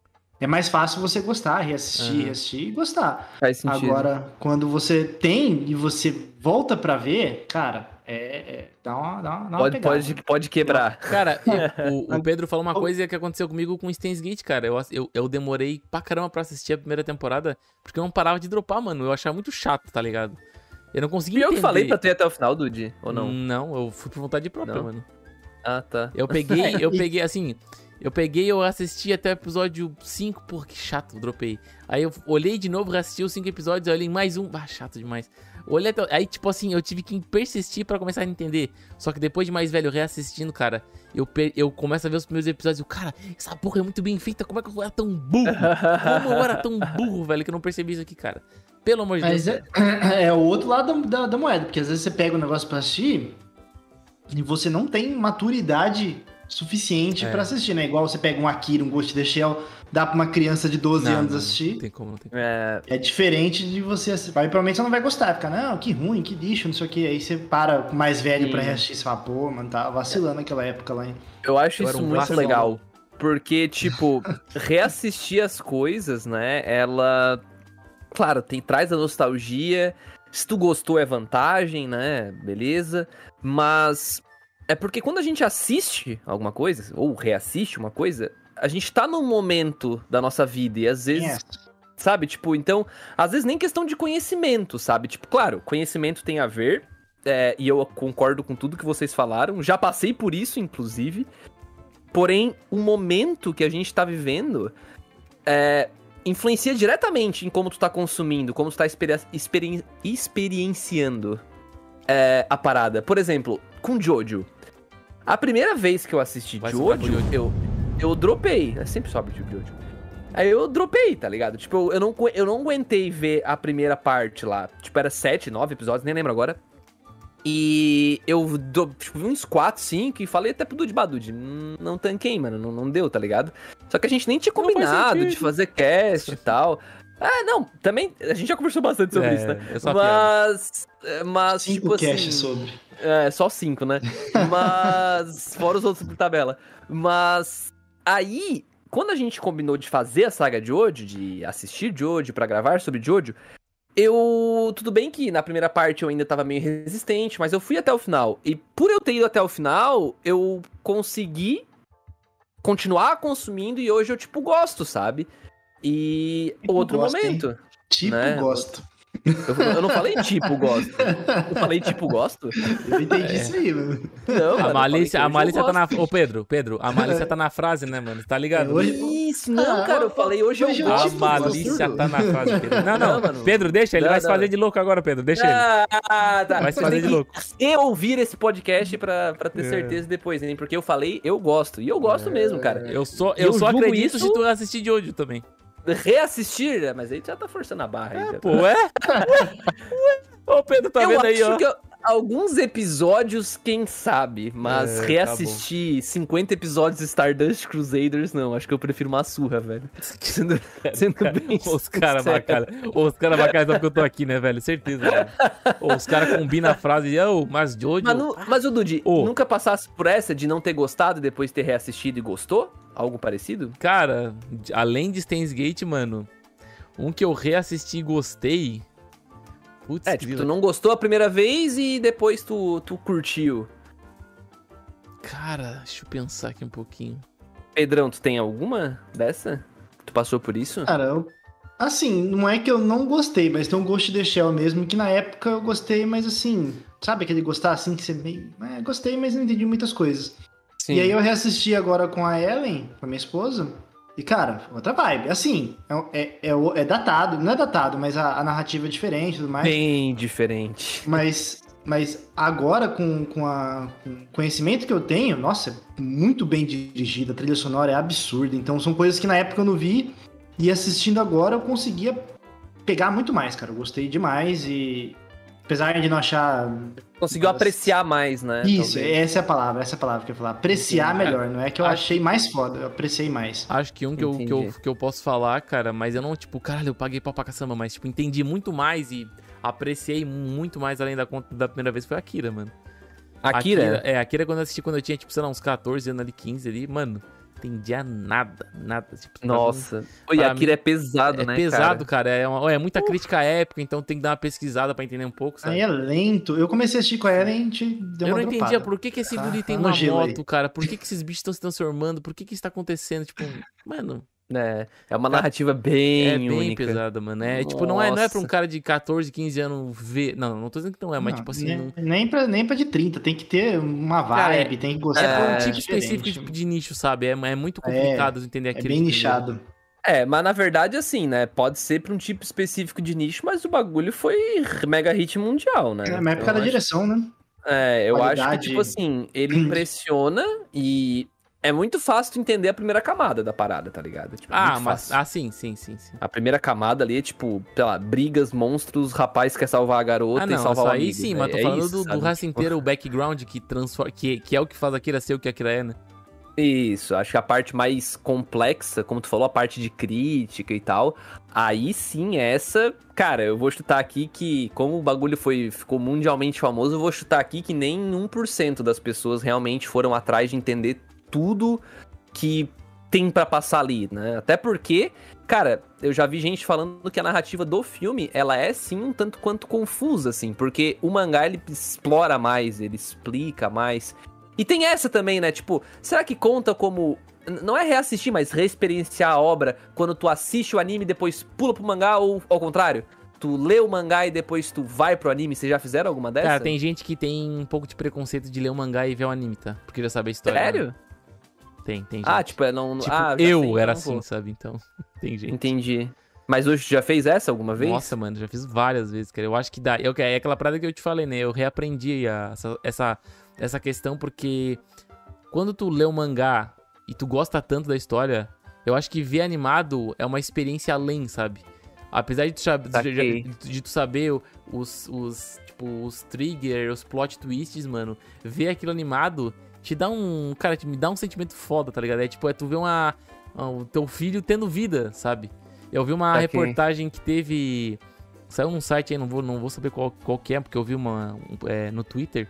é mais fácil você gostar, reassistir, Aham. reassistir e gostar. faz sentido. Agora, quando você tem e você volta pra ver, cara, é, é- dá uma, dá uma, dá uma pode, pegada. pode, pode quebrar. Cara, eu- o, o Pedro falou uma coisa que aconteceu comigo com Steins Gate, cara. Eu, eu, eu demorei pra caramba pra assistir a primeira temporada, porque eu não parava de dropar, mano. Eu achava muito chato, tá ligado? Eu não conseguia E eu entender. que falei pra tu ir até o final, Dude, ou não? Não, eu fui por vontade própria, Não? mano. Ah, tá. Eu peguei, eu peguei, assim... Eu peguei, eu assisti até o episódio cinco, pô, que chato, dropei. Aí eu olhei de novo, reassisti os cinco episódios, eu olhei mais um, ah, chato demais. Olhei até, aí, tipo assim, eu tive que persistir pra começar a entender. Só que depois de mais velho, reassistindo, cara, eu, pe- eu começo a ver os primeiros episódios e eu, cara, essa porra é muito bem feita, como é que eu era tão burro? Como eu era tão burro, velho, que eu não percebi isso aqui, cara. Pelo amor de Mas Deus, é, velho. é o outro lado da, da- da moeda, porque às vezes você pega um negócio pra assistir e você não tem maturidade suficiente É. pra assistir, né? Igual você pega um Akira, um Ghost in the Shell, dá pra uma criança de doze Não, anos não, assistir. Não tem como, não tem como. É, É diferente de você assistir. Aí provavelmente você não vai gostar, ficar, não, que ruim, que lixo, não sei o que. Aí você para mais velho Sim. pra reassistir e fala, pô, mano, tá vacilando naquela época lá, hein? eu acho Eu isso era um muito vacilão. legal. Porque, tipo, reassistir as coisas, né? Ela. Claro, tem, traz a nostalgia. Se tu gostou é vantagem, né? Beleza. Mas. É porque quando a gente assiste alguma coisa, ou reassiste uma coisa, a gente tá num momento da nossa vida e às vezes. É. Sabe? Tipo, então, às vezes nem questão de conhecimento, sabe? Tipo, claro, conhecimento tem a ver, é, e eu concordo com tudo que vocês falaram, já passei por isso, inclusive, porém, o momento que a gente tá vivendo é, influencia diretamente em como tu tá consumindo, como tu tá experi experi experienciando é, a parada. Por exemplo, com Jojo. A primeira vez que eu assisti Vai sobrar Jojo, pro Jojo. eu, eu dropei, é sempre sobe de Jojo. Aí eu dropei, tá ligado? Tipo, eu, eu, não, agu- eu não aguentei ver a primeira parte lá. Tipo, era sete, nove episódios, nem lembro agora. E eu do, tipo, vi uns quatro, cinco e falei até pro Dude Badude. "Hum, Não tanquei, mano, não, não deu, tá ligado? Só que a gente nem tinha Não faz combinado sentido. de fazer cast e tal. Ah, não, também, a gente já conversou bastante sobre É, isso, né? é só piada. Mas, é, mas Cinco tipo assim... caches sobre. É, só cinco, né? Mas. Fora os outros por tabela. Mas. Aí, quando a gente combinou de fazer a saga Jojo, de assistir Jojo pra gravar sobre Jojo, eu. Tudo bem que na primeira parte eu ainda tava meio resistente, mas eu fui até o final. E por eu ter ido até o final, eu consegui continuar consumindo e hoje eu, tipo, gosto, sabe? E. Tipo, outro gosto, hein? momento. Tipo, né? gosto. Eu, eu não falei tipo gosto. Eu falei tipo gosto? Eu entendi isso aí, mano. Não, mano, A eu malícia, a falei que hoje eu malícia tá na. gosto. Ô, Pedro, Pedro, a malícia tá na frase, né, mano? Tá ligado? É, hoje- Isso, não, Ah, cara, eu ó, falei hoje eu hoje eu gosto. A tipo, malícia absurdo. tá na frase, Pedro. Não, não, Não, mano. Pedro, deixa, ele Não, vai se não. fazer de louco agora, Pedro. Deixa ele. Ah, tá. Vai se Você fazer tem de que louco. E ouvir esse podcast pra, pra ter É. certeza depois, hein? Porque eu falei, eu gosto. E eu gosto mesmo, cara. Eu só, eu Eu só julgo acredito isso- se tu assistir de hoje também. Reassistir, né? Mas aí já tá forçando a barra. aí, já. Pô, é? Ué? Ué? Ô, Pedro, tá eu vendo acho aí, ó? que eu, alguns episódios, quem sabe, mas É, reassistir cinquenta episódios de Stardust Crusaders, não, acho que eu prefiro uma surra, velho. Sendo, sendo bem Os caras sincero. bacalham. Os caras bacalham só porque eu tô aqui, né, velho? Certeza, velho. Ô, os caras combinam a frase, ô, mas Jojo... Mas, nu- mas o Dude, Ô. nunca passasse por essa de não ter gostado e depois ter reassistido e gostou? Algo parecido? Cara, além de Steins Gate, mano, um que eu reassisti e gostei... Putz, É, tipo, grila. tu não gostou a primeira vez e depois tu, tu curtiu. Cara, deixa eu pensar aqui um pouquinho. Pedrão, tu tem alguma dessa? Tu passou por isso? Cara, eu, assim, não é que eu não gostei, mas tem um Ghost in the Shell mesmo, que na época eu gostei, mas assim, sabe aquele gostar assim que você meio. É, gostei, mas não entendi muitas coisas. Sim. E aí eu reassisti agora com a Ellen, com a minha esposa, e cara, outra vibe. Assim, é, é, é, o- é datado, não é datado, mas a, a narrativa é diferente e tudo mais. Bem diferente. Mas, mas agora, com, com, a, com o conhecimento que eu tenho, nossa, é muito bem dirigida, a trilha sonora é absurda. Então são coisas que na época eu não vi, e assistindo agora eu conseguia pegar muito mais, cara. Eu gostei demais e apesar de não achar... Conseguiu Nossa. apreciar mais, né? Isso, talvez. essa é a palavra, essa é a palavra que eu ia falar. Apreciar Entendi. melhor, não é que eu Acho- achei mais foda, eu apreciei mais. Acho que um que eu, que, eu, Entendi. que eu posso falar, cara, mas eu não, tipo, caralho, eu paguei pau pra caçamba, mas, tipo, entendi muito mais e apreciei muito mais além da conta da primeira vez foi a Akira, mano. Akira? É, Akira quando eu assisti quando eu tinha, tipo, sei lá, uns catorze anos ali, quinze ali, mano, entendia nada, nada. Tipo, pra mim- Nossa. Oi, pra Akira mim, é pesado, é né, pesado, cara? cara, é, uma- é muita crítica à época, então tem que dar uma pesquisada pra entender um pouco, sabe? Aí é lento. Eu comecei a assistir com a Ellen e a gente deu Eu uma não entendia dropada. por que, que esse Ah, guri tem tá no uma gelo aí. moto, cara. Por que, que esses bichos estão se transformando? Por que, que isso tá acontecendo? Tipo, mano, É, é uma narrativa bem é bem única. pesada, mano. É, tipo, não é, não é pra um Nossa. cara de catorze, quinze anos ver. Não, não tô dizendo que não é, mas Não, tipo assim. nem, Não... nem, pra, nem pra de trinta, tem que ter uma Cara, vibe, tem que gostar. É pra um É, tipo diferente. específico de, de nicho, sabe? É, é muito complicado de entender É aquilo. bem entendeu? nichado. É, mas na verdade, assim, né? Pode ser pra um tipo específico de nicho, mas o bagulho foi mega hit mundial, né? É, mas é por causa da acho- direção, né? É, eu acho que, Qualidade. tipo assim, ele impressiona e é muito fácil tu entender a primeira camada da parada, tá ligado? Tipo, é Ah, muito mas. fácil. Ah, sim, sim, sim, sim. A primeira camada ali é, tipo, sei lá, brigas, monstros, rapaz quer salvar a garota Ah, e não, salvar isso o aí amigo. sim, né? mas tô É falando isso, do, do sabe? resto Tipo, inteiro, o background que transforma. Que, que é o que faz a Akira ser o que a Akira é, né? Isso, acho que a parte mais complexa, como tu falou, a parte de crítica e tal, aí sim, essa, cara, eu vou chutar aqui que, como o bagulho foi, ficou mundialmente famoso, eu vou chutar aqui que nem um por cento das pessoas realmente foram atrás de entender tudo que tem pra passar ali, né? Até porque, cara, eu já vi gente falando que a narrativa do filme, ela é sim um tanto quanto confusa, assim, porque o mangá, ele explora mais, ele explica mais. E tem essa também, né? Tipo, será que conta como... n- Não é reassistir, mas reexperienciar a obra quando tu assiste o anime e depois pula pro mangá ou ao contrário? Tu lê o mangá e depois tu vai pro anime? Vocês já fizeram alguma dessa? Cara, tem gente que tem um pouco de preconceito de ler o mangá e ver o anime, tá? Porque já sabe a história. né? Sério? Tem, tem gente. Ah, tipo, é não... Tipo, ah, já eu sei, era então assim, vou. sabe? Então, tem gente. Entendi. Mas hoje já fez essa alguma vez? Nossa, mano, já fiz várias vezes, cara. Eu acho que dá. Eu, é aquela parada que eu te falei, né? Eu reaprendi a- essa, essa, essa questão porque quando tu lê o mangá e tu gosta tanto da história, eu acho que ver animado é uma experiência além, sabe? Apesar de tu, sab- Saquei. de, de tu saber o- os, os, tipo, os triggers, os plot twists, mano, ver aquilo animado te dá um... Cara, me dá um sentimento foda, tá ligado? É tipo, é tu ver uma, o teu filho tendo vida, sabe? Eu vi uma Saquei. reportagem que teve... Saiu num site aí, não vou, não vou saber qual, qual que é, porque eu vi uma um, é, no Twitter,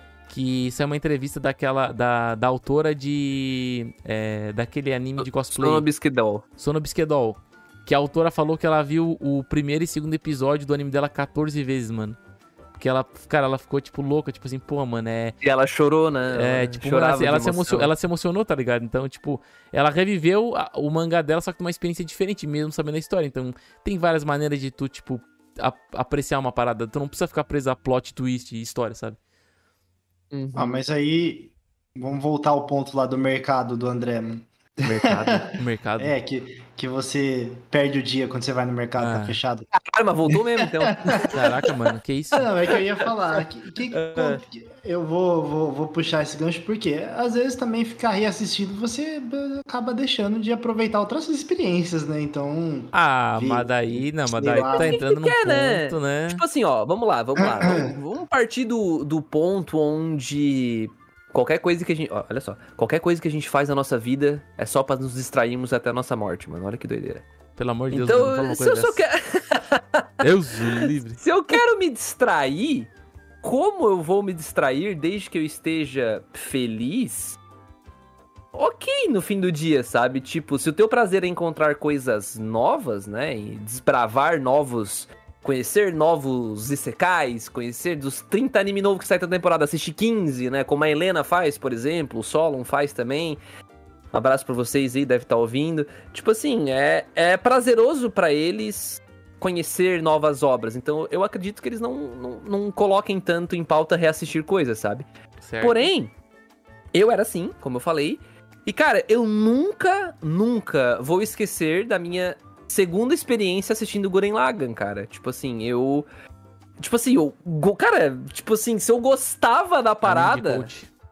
que saiu uma entrevista daquela, da, da autora de... é, daquele anime de cosplay. Sono Bisquedol. Sono Bisquedol. Que a autora falou que ela viu o primeiro e segundo episódio do anime dela catorze vezes, mano. Porque ela, cara, ela ficou, tipo, louca, tipo assim, pô, mano, é... E ela chorou, né? É, tipo, mano, chorava assim, ela, de se emoção. emocionou, ela se emocionou, tá ligado? Então, tipo, ela reviveu a- o mangá dela, só que numa experiência diferente, mesmo sabendo a história. Então, tem várias maneiras de tu, tipo, a- apreciar uma parada. Tu não precisa ficar preso a plot, twist e história, sabe? Uhum. Ah, mas aí, vamos voltar ao ponto lá do mercado do André, mano. Mercado. O mercado. É, que que você perde o dia quando você vai no mercado, Ah. tá fechado. Caralho, mas voltou mesmo, então. Caraca, mano, que isso? Ah, não, é que eu ia falar. Que, que- É. que- eu vou, vou, vou puxar esse gancho porque às vezes também ficar reassistindo você eh, acaba deixando de aproveitar outras experiências, né? Então. Ah, Vi- mas daí, não, mas sei daí lá. tá entrando num quer, né? ponto, né? Tipo assim, ó, vamos lá, vamos lá. Vamos, vamos partir do, do ponto onde qualquer coisa que a gente. Ó, olha só. Qualquer coisa que a gente faz na nossa vida é só pra nos distrairmos até a nossa morte, mano. Olha que doideira. Pelo amor de Deus, não fala Então, uma se eu coisa só dessa. quero. Deus o livre. Se eu quero me distrair, como eu vou me distrair desde que eu esteja feliz? Ok, no fim do dia, sabe? Tipo, se o teu prazer é encontrar coisas novas, né? E desbravar novos. Conhecer novos isekais, conhecer dos trinta anime novos que saem toda temporada, assistir quinze, né? Como a Helena faz, por exemplo, o Solon faz também. Um abraço pra vocês aí, deve estar ouvindo. Tipo assim, é, é prazeroso pra eles conhecer novas obras. Então eu acredito que eles não, não, não coloquem tanto em pauta reassistir coisas, sabe? Certo. Porém, eu era assim, como eu falei. E, cara, eu nunca, nunca vou esquecer da minha segunda experiência assistindo Gurren Lagann, cara. Tipo assim, eu... Tipo assim, eu... go- Cara, tipo assim, se eu gostava da parada... Anime de coach.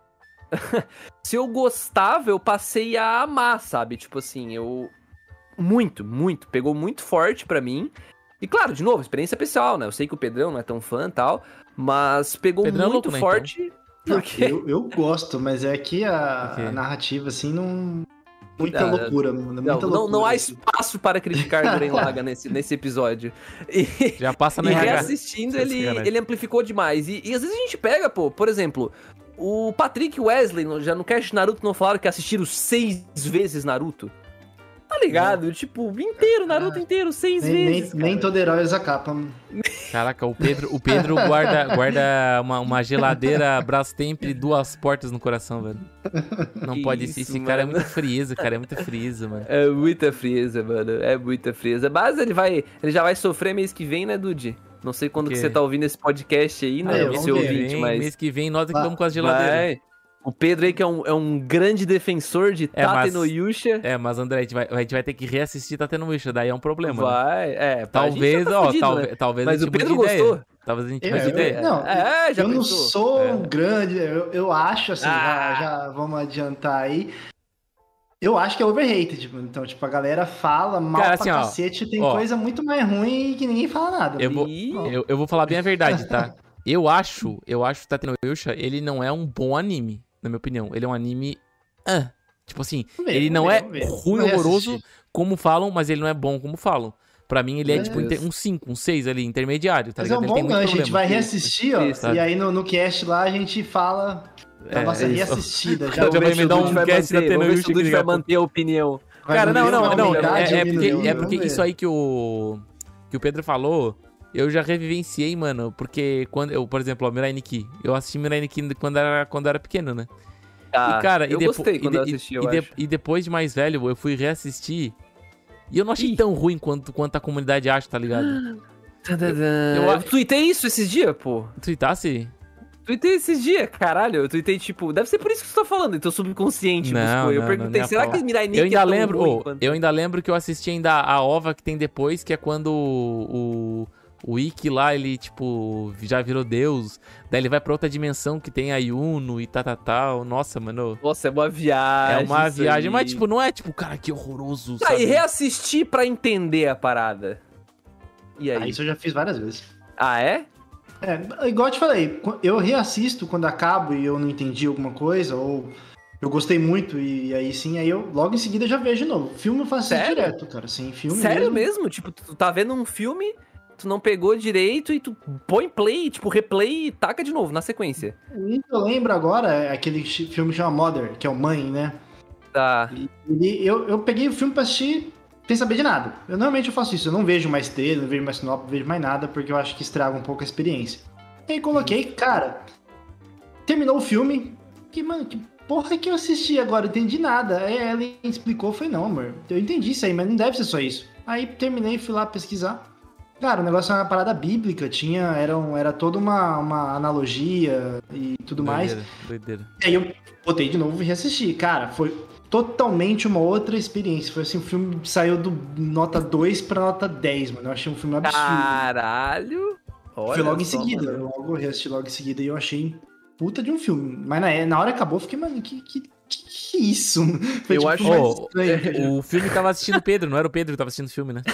Se eu gostava, eu passei a amar, sabe? Tipo assim, eu... Muito, muito. Pegou muito forte pra mim. E claro, de novo, experiência pessoal, né? Eu sei que o Pedrão não é tão fã e tal, mas pegou Pedrão é muito louco, né, forte... Não, Porque... eu, eu gosto, mas é que a, Por quê? a narrativa, assim, não. Muita Não, loucura, mano. Não, Muita não, loucura. não há assim. espaço para criticar Gurren Lagann nesse, nesse episódio. E, Já passa na e R H. reassistindo, Sem ele, sacanagem. ele amplificou demais. E, e às vezes a gente pega, pô, por exemplo, o Patrick e o Wesley, no- já no cast Naruto, não falaram que assistiram seis vezes Naruto? Tá ligado? Tipo, inteiro, Naruto inteiro, seis Nem, nem, vezes. nem cara. todo herói usa capa. mano. Caraca, o Pedro, o Pedro guarda, guarda uma, uma geladeira Brastemp e duas portas no coração, velho. Não Que pode ser. isso, Esse cara é mano. muito frieza, cara. É muita frieza, mano. É muita frieza, mano. É muita frieza. Mas ele vai. Ele já vai sofrer mês que vem, né, Dude? Não sei quando O que quê? você tá ouvindo esse podcast aí, Ah, né? é, Você vamos ver. ouvinte, Vem, mas. Mês que vem nós é que Vai. vamos com as geladeiras. Vai. O Pedro aí, que é um, é um grande defensor de É, Tate mas- no Yusha. É, mas André, a gente vai, a gente vai ter que reassistir Tá Tendo Wish, daí é um problema. né? Vai, é. pra gente Talvez, já tá ó, fudido, talvez, né? talvez Mas a o gente Pedro mude de gostou. ideia. Talvez a gente Eu, mude de eu- ideia. não, É, já eu não pensou? sou É. um grande. Eu, eu acho, assim, Ah. já, já vamos adiantar aí. Eu acho que é overrated, tipo, então, tipo, a galera fala mal Cara, pra assim, ó, cacete, tem ó. coisa muito mais ruim que ninguém fala nada. Eu vou, Ih. eu, eu vou falar bem a verdade, tá? Eu acho, eu acho que Tate no Yusha, ele não é um bom anime, na minha opinião. Ele é um anime... Ah, tipo assim, Vamos ver, ele vamos não ver, é vamos ver. ruim, Vamos horroroso, reassistir. como falam, mas ele não é bom como falam. Pra mim, ele é, É. tipo inter- um cinco, um seis ali, intermediário, tá Mas é ligado? um Ele tem bom muito gancho, a gente problema. vai reassistir, ó. Isso, e aí no, no cast lá a gente fala da É, nossa isso. reassistida. Já Já vai Vamos ver se me o dar Dude um vai cast da manter, Teno vamos ver se Yushi o Dude que vai daqui a pouco. manter a opinião. vai Cara, não, ver se não, vai não. aumentar, É, é diminuir, porque, é vamos porque ver. isso aí que o, que o Pedro falou, eu já revivenciei, mano. Porque quando eu, por exemplo, ó, Mirai Nikki. Eu assisti Mirai Nikki quando era, quando era pequeno, né? Ah, e, cara, eu e depo- gostei e quando de- eu assisti, eu e, de- acho. e depois de mais velho, eu fui reassistir. E eu não achei Ih. tão ruim quanto, quanto a comunidade acha, tá ligado? Eu, eu- eu tuitei isso esses dias, pô. Tweetasse? Tuitei esses dias, caralho. Eu tuitei, tipo... Deve ser por isso que você tá falando, então subconsciente Não, buscou. Eu não, perguntei, não, nem a será pau. que Mirai Nikki Eu ainda é tão lembro, ruim ô, quanto- eu ainda lembro que eu assisti ainda a ova que tem depois, que é quando o, o, o Ikki lá, ele, tipo, já virou Deus. Daí ele vai pra outra dimensão que tem a Yuno e tal, tal, tal. Nossa, mano. Nossa, é uma viagem. É uma isso viagem, aí. mas, tipo, não é tipo, cara, que horroroso, Tá, sabe? e reassistir pra entender a parada. E aí? Ah, isso eu já fiz várias vezes. Ah, é? É, igual eu te falei, eu reassisto quando acabo e eu não entendi alguma coisa, ou eu gostei muito e aí sim, aí eu logo em seguida já vejo de novo. Filme eu faço isso Sério? direto, cara, sim, filme Sério mesmo. mesmo? Tipo, tu tá vendo um filme, tu não pegou direito e tu põe play, tipo, replay e taca de novo na sequência. Um que eu lembro agora é aquele chi- filme que chama Mother, que é o Mãe, né? Tá. E eu, eu peguei o filme pra assistir sem saber de nada. Eu normalmente eu faço isso, eu não vejo mais trailer, não vejo mais sinopse, não vejo mais nada, porque eu acho que estraga um pouco a experiência. E aí coloquei, cara, terminou o filme, que, mano, que porra que eu assisti agora, eu entendi nada. Aí ela explicou, foi não, amor, eu entendi isso aí, mas não deve ser só isso. Aí terminei, fui lá pesquisar. Cara, o negócio era uma parada bíblica, tinha, era, um- era toda uma, uma analogia e tudo mais. Doideira, doideira. E aí eu botei de novo e reassisti. Cara, foi totalmente uma outra experiência. Foi assim, o filme saiu do nota dois pra nota dez, mano. Eu achei um filme absurdo. Caralho! Olha Foi logo em só, seguida. mano. Eu logo reassisti logo em seguida e eu achei puta de um filme. Mas na, na hora que acabou, eu fiquei, mano, que, que, que isso? Foi, Eu tipo, acho- mais Oh, estranho. O filme tava assistindo o Pedro, não era o Pedro que tava assistindo o filme, né?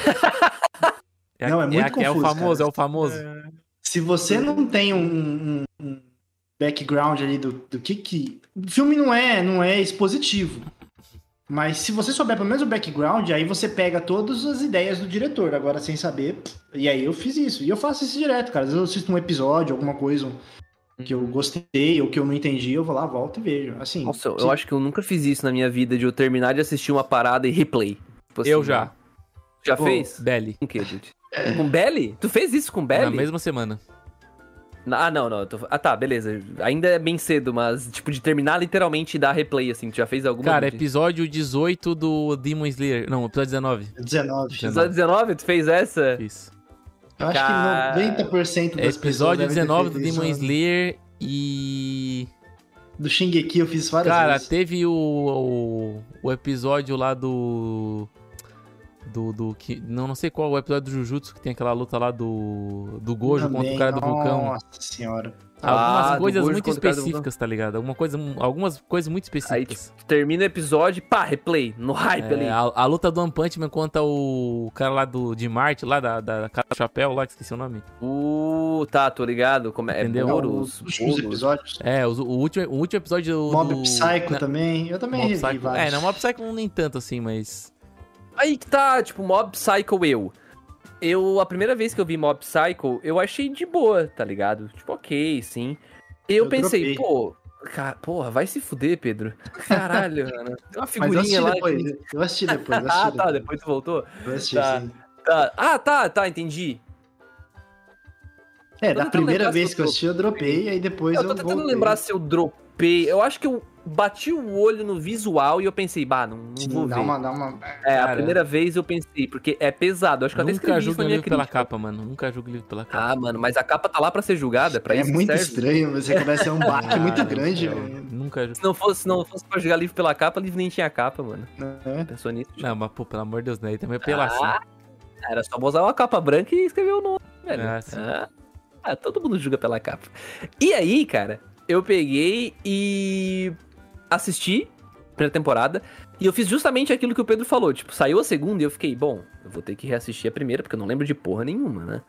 É, Não, é muito é, é o confuso, famoso, cara. é o famoso. Se você não tem um, um- um background ali do, do que que... O filme não é, não é expositivo. Mas se você souber pelo menos o background, aí você pega todas as ideias do diretor. Agora, sem saber... pff, E aí eu fiz isso. E eu faço isso direto, cara. Às vezes eu assisto um episódio, alguma coisa que eu gostei ou que eu não entendi, eu vou lá, volto e vejo. Assim, Nossa, eu, se- eu acho que eu nunca fiz isso na minha vida, de eu terminar de assistir uma parada e replay. Tipo assim, Eu já. Já Pô, fez? Belly. Com o quê, Dude? Com Belly? Tu fez isso com Na Belly? mesma semana. Ah, não, não. eu tô- Ah, tá, beleza. Ainda é bem cedo, mas, tipo, de terminar literalmente e dar replay, assim. Tu já fez alguma Cara, Dude? episódio dezoito do Demon Slayer. Não, episódio dezenove. dezenove. Episódio dezenove, tu fez essa? Isso. Eu acho Cara, que noventa por cento das É pessoas episódio devem ter dezenove do feito Demon isso, né? Slayer e... Do Shingeki eu fiz várias Cara, vezes. teve o, o, o episódio lá do... Do, do que, não, não sei qual, o episódio do Jujutsu, que tem aquela luta lá do, do Gojo contra Também, o cara do vulcão. Nossa senhora. Algumas Ah, do coisas Gojo muito contra o cara do específicas, tá ligado? Alguma coisa, algumas coisas muito Aí, específicas. tipo, termina o episódio, pá, replay, no hype ali. É, a, a luta do One Punch Man contra o cara lá do, de Marte, lá da, da cara do chapéu, lá que esqueci o nome. Uh, tá, tô ligado. Como é? Entendeu? Não, Boros, os últimos Boros. episódios. É, os- o, último, o último episódio do... Mob do... Psycho Não, também. Eu também Mob revi Psycho. vários. É, não, Mob Psycho nem tanto assim, mas... Aí que tá, tipo, Mob Psycho eu. Eu, a primeira vez que eu vi Mob Psycho, eu achei de boa, tá ligado? Tipo, ok, sim. Eu, Eu pensei, dropei. pô, cara, porra, vai se fuder, Pedro. Caralho, mano. Tem uma Mas eu assisti figurinha lá. depois. que- Eu assisti depois. Eu assisti Ah, tá, depois tu voltou? Eu assisti, Tá. sim. Tá. Ah, tá, tá, entendi. É, Tô da tentando primeira lembrar vez se que eu eu assisti, eu dropei, aí depois Eu eu, tô tentando voltei. lembrar se eu dropei. Eu acho que eu bati o olho no visual e eu pensei, bah, não, não Sim, vou dá ver. uma, dá uma... É, a Cara. primeira vez eu pensei, porque é pesado. Acho que eu até Nunca escrevi isso julgue na o minha livro pela crítica. capa, mano. Nunca julgue o livro pela capa. Ah, mano, mas a capa tá lá pra ser julgada, pra É isso que muito serve. estranho, você começa a um baque muito Ah, grande, nunca, velho. Nunca julgue. Se não fosse, se não fosse pra jogar livro pela capa, o livro nem tinha capa, mano. É. Pensou nisso? Não, mas pô, pelo amor de Deus, né? Aí também é apelação. Ah, era só usar uma capa branca e escrever o nome, velho. Ah, sim. Ah, ah, todo mundo julga pela capa. E aí, cara, eu peguei e assisti a primeira temporada e eu fiz justamente aquilo que o Pedro falou. Tipo, saiu a segunda e eu fiquei, bom, eu vou ter que reassistir a primeira, porque eu não lembro de porra nenhuma, né?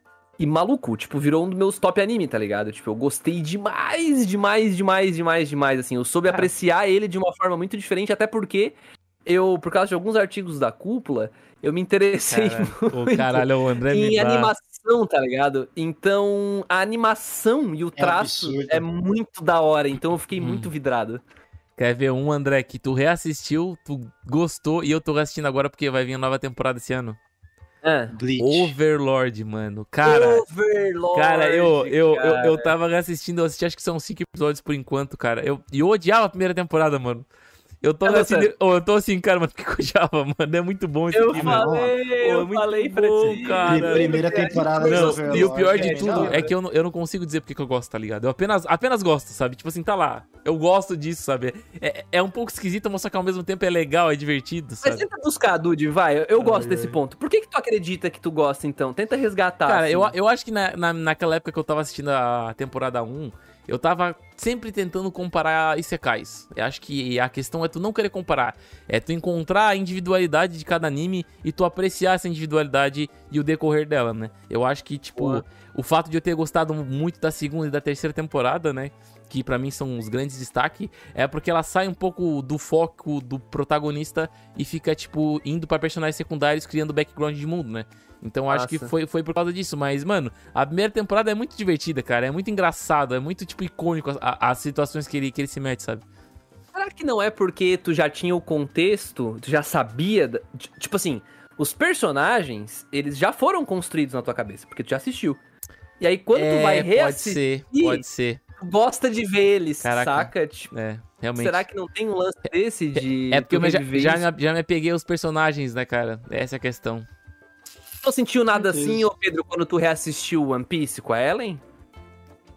E maluco, tipo, virou um dos meus top anime, tá ligado? Tipo, eu gostei demais, demais, demais, demais, demais, assim. Eu soube apreciar ele de uma forma muito diferente, até porque eu, por causa de alguns artigos da Cúpula, eu me interessei Cara, muito o caralho, o André em me dá... animação, tá ligado? Então, a animação e o traço absurdo. é muito da hora, então eu fiquei Hum. muito vidrado. Quer ver um, André, que tu reassistiu, tu gostou, e eu tô reassistindo agora porque vai vir a nova temporada esse ano. Ah. Bleach. Overlord, mano. Cara, Overlord, cara, eu, eu, cara. eu, eu tava reassistindo, eu assisti acho que são cinco episódios por enquanto, cara. Eu, e eu odiava a primeira temporada, mano. Eu tô, É, assim, você- oh, eu tô assim, cara, mas por que que eu odiava, mano? É muito bom esse Eu aqui, mano. falei, Pô, eu é muito falei pra bom, ti. cara. Primeira temporada do Não, Overlord. e o pior de é tudo legal, é que eu não, eu não consigo dizer porque que eu gosto, tá ligado? Eu apenas, apenas gosto, sabe? Tipo assim, tá lá. Eu gosto disso, sabe? É, é um pouco esquisito, mas só que ao mesmo tempo é legal, é divertido, Mas sabe? tenta buscar, Dude, vai. Eu, eu gosto Ai, desse ai. ponto. Por que que tu acredita que tu gosta, então? Tenta resgatar. Cara, assim. eu, eu acho que na, na, naquela época que eu tava assistindo a temporada um, eu tava sempre tentando comparar isekais. Eu acho que a questão é tu não querer comparar. É tu encontrar a individualidade de cada anime e tu apreciar essa individualidade e o decorrer dela, né? Eu acho que, tipo, Boa. o fato de eu ter gostado muito da segunda e da terceira temporada, né? Que pra mim são os grandes destaques, é porque ela sai um pouco do foco do protagonista e fica, tipo, indo pra personagens secundários, criando background de mundo, né? Então eu acho que Massa. foi, foi por causa disso. Mas, mano, a primeira temporada é muito divertida, cara. É muito engraçado, é muito, tipo, icônico as, a- as situações que ele, que ele se mete, sabe? Será que não é porque tu já tinha o contexto, tu já sabia, da- t- tipo assim, os personagens, eles já foram construídos na tua cabeça, porque tu já assistiu. E aí quando tu vai É, pode reassistir, ser, pode ser. tu gosta de ver eles, Caraca. saca? Tipo, É, realmente. será que não tem um lance desse de É porque tu eu já, reviver já, isso? me, já me apeguei aos personagens, né, cara? Essa é a questão. Tu não sentiu nada Certeza. assim, ô Pedro, quando tu reassistiu One Piece com a Ellen?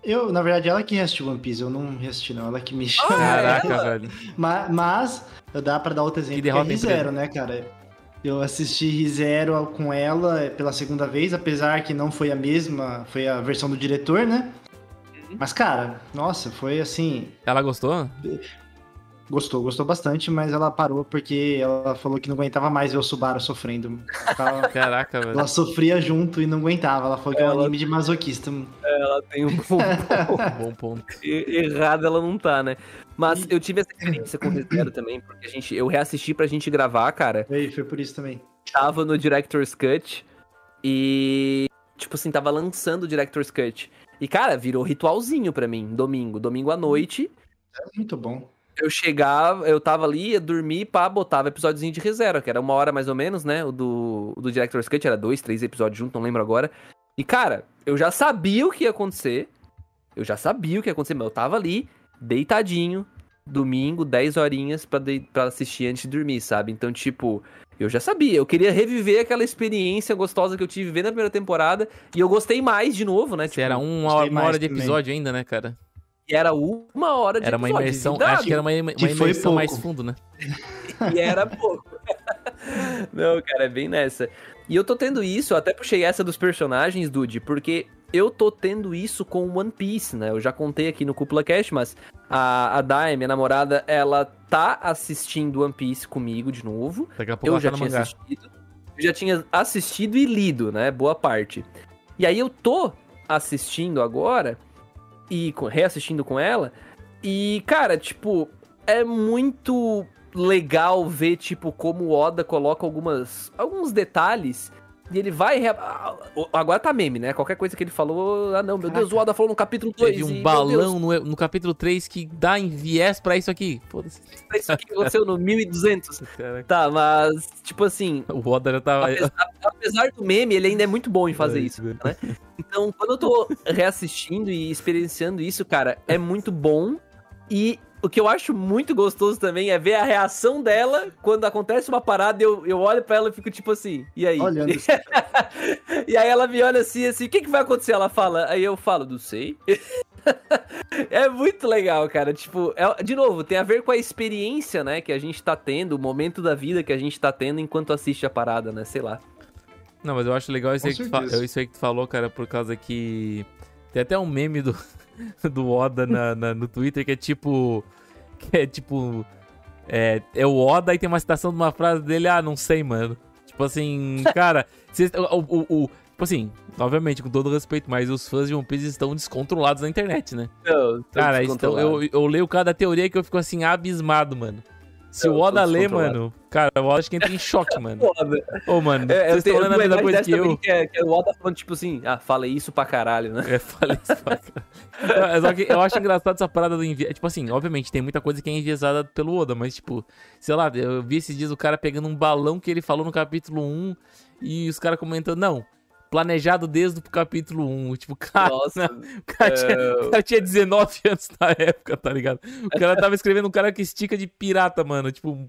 Eu, na verdade, ela que reassistiu One Piece, eu não reassisti não, ela que me chama. Caraca, ela? velho. Mas, mas dá pra dar outro exemplo, que, que é derrota ReZero, né, cara? Eu assisti ReZero com ela pela segunda vez, apesar que não foi a mesma, foi a versão do diretor, né? Mas, cara, nossa, foi assim... Ela gostou? Gostou, gostou bastante, mas ela parou porque ela falou que não aguentava mais ver o Subaru sofrendo. Ela, Caraca, velho. ela sofria junto e não aguentava. Ela falou que é um Ela- anime de masoquista. Ela tem um ponto. Bom ponto. E- Errada ela não tá, né? Mas eu tive essa experiência com o ReZero também, porque a gente, eu reassisti pra gente gravar, cara. Foi, foi por isso também. Tava no Director's Cut e, tipo assim, tava lançando o Director's Cut. E, cara, virou ritualzinho pra mim, domingo. Domingo à noite, É muito bom. eu chegava, eu tava ali, ia dormir, pá, botava episódiozinho de ReZero, que era uma hora mais ou menos, né? O do, o do Director's Cut era dois, três episódios juntos, não lembro agora. E, cara, eu já sabia o que ia acontecer. Eu já sabia o que ia acontecer, mas eu tava ali, deitadinho, domingo, dez horinhas pra, de... pra assistir antes de dormir, sabe? Então, tipo, eu já sabia. Eu queria reviver aquela experiência gostosa que eu tive vendo a primeira temporada. E eu gostei mais de novo, né? Se era uma gostei hora, uma mais hora de também. episódio ainda, né, cara? E era uma hora de Era uma episódio, imersão, desidado. acho que era uma, uma Que foi imersão mais pouco. fundo, né? E era pouco. Não, cara, é bem nessa. E eu tô tendo isso, eu até puxei essa dos personagens, Dude, porque eu tô tendo isso com One Piece, né? Eu já contei aqui no Cúpula Cast, mas a, a Dai, minha namorada, ela tá assistindo One Piece comigo de novo. Daqui a pouco Eu ela já tá no tinha mangá. assistido. Eu já tinha assistido e lido, né? Boa parte. E aí eu tô assistindo agora e co- reassistindo com ela. E, cara, tipo, é muito legal ver, tipo, como o Oda coloca algumas, alguns detalhes e ele vai... rea- ah, Agora tá meme, né? Qualquer coisa que ele falou... Ah, não, meu Deus, o Oda falou no capítulo dois Teve e, um meu Deus, balão no, no capítulo três que dá em viés pra isso aqui. Foda-se. isso aqui aconteceu no mil e duzentos. Caraca. Tá, mas, tipo assim... O Oda já tava... Apesar, apesar do meme, ele ainda é muito bom em fazer É, isso, né? Então, quando eu tô reassistindo e experienciando isso, cara, é muito bom. E o que eu acho muito gostoso também é ver a reação dela quando acontece uma parada, eu, eu olho pra ela e fico tipo assim, e aí? Olhando. E aí ela me olha assim, assim, o que que vai acontecer? Ela fala, aí eu falo, não sei. É muito legal, cara, tipo, é- de novo, tem a ver com a experiência, né, que a gente tá tendo, o momento da vida que a gente tá tendo enquanto assiste a parada, né, sei lá. Não, mas eu acho legal isso Com aí, que tu fa- certeza. isso aí que tu falou, cara, por causa que... Tem até um meme do, do Oda na, na- no Twitter que é tipo... Que é tipo... É, é o Oda e tem uma citação de uma frase dele, ah, não sei, mano. Tipo assim, cara... cês- o, o, o- tipo assim, obviamente, com todo respeito, mas os fãs de One Piece estão descontrolados na internet, né? Não, tô Cara, então, descontrolado. eu, eu leio cada teoria que eu fico assim, abismado, mano. Se Eu o tô Oda lê, descontrolado. mano, cara, o Oda acho que entra em choque, mano. Foda. Ô, mano, É, eu vocês tenho estão lendo a mesma uma coisa imagem que dessa também, eu. que é, que é o Oda falando, tipo assim, ah, falei isso pra caralho, né? É, falei isso pra caralho. Só que eu acho engraçado essa parada do envio. Tipo assim, obviamente, tem muita coisa que é enviesada pelo Oda, mas, tipo, sei lá, eu vi esses dias o cara pegando um balão que ele falou no capítulo um e os caras comentando, não, planejado desde o capítulo um. Tipo, cara, Nossa, não, o, cara tinha, o cara tinha dezenove anos na época, tá ligado? O cara tava escrevendo um cara que estica de pirata, mano. Tipo,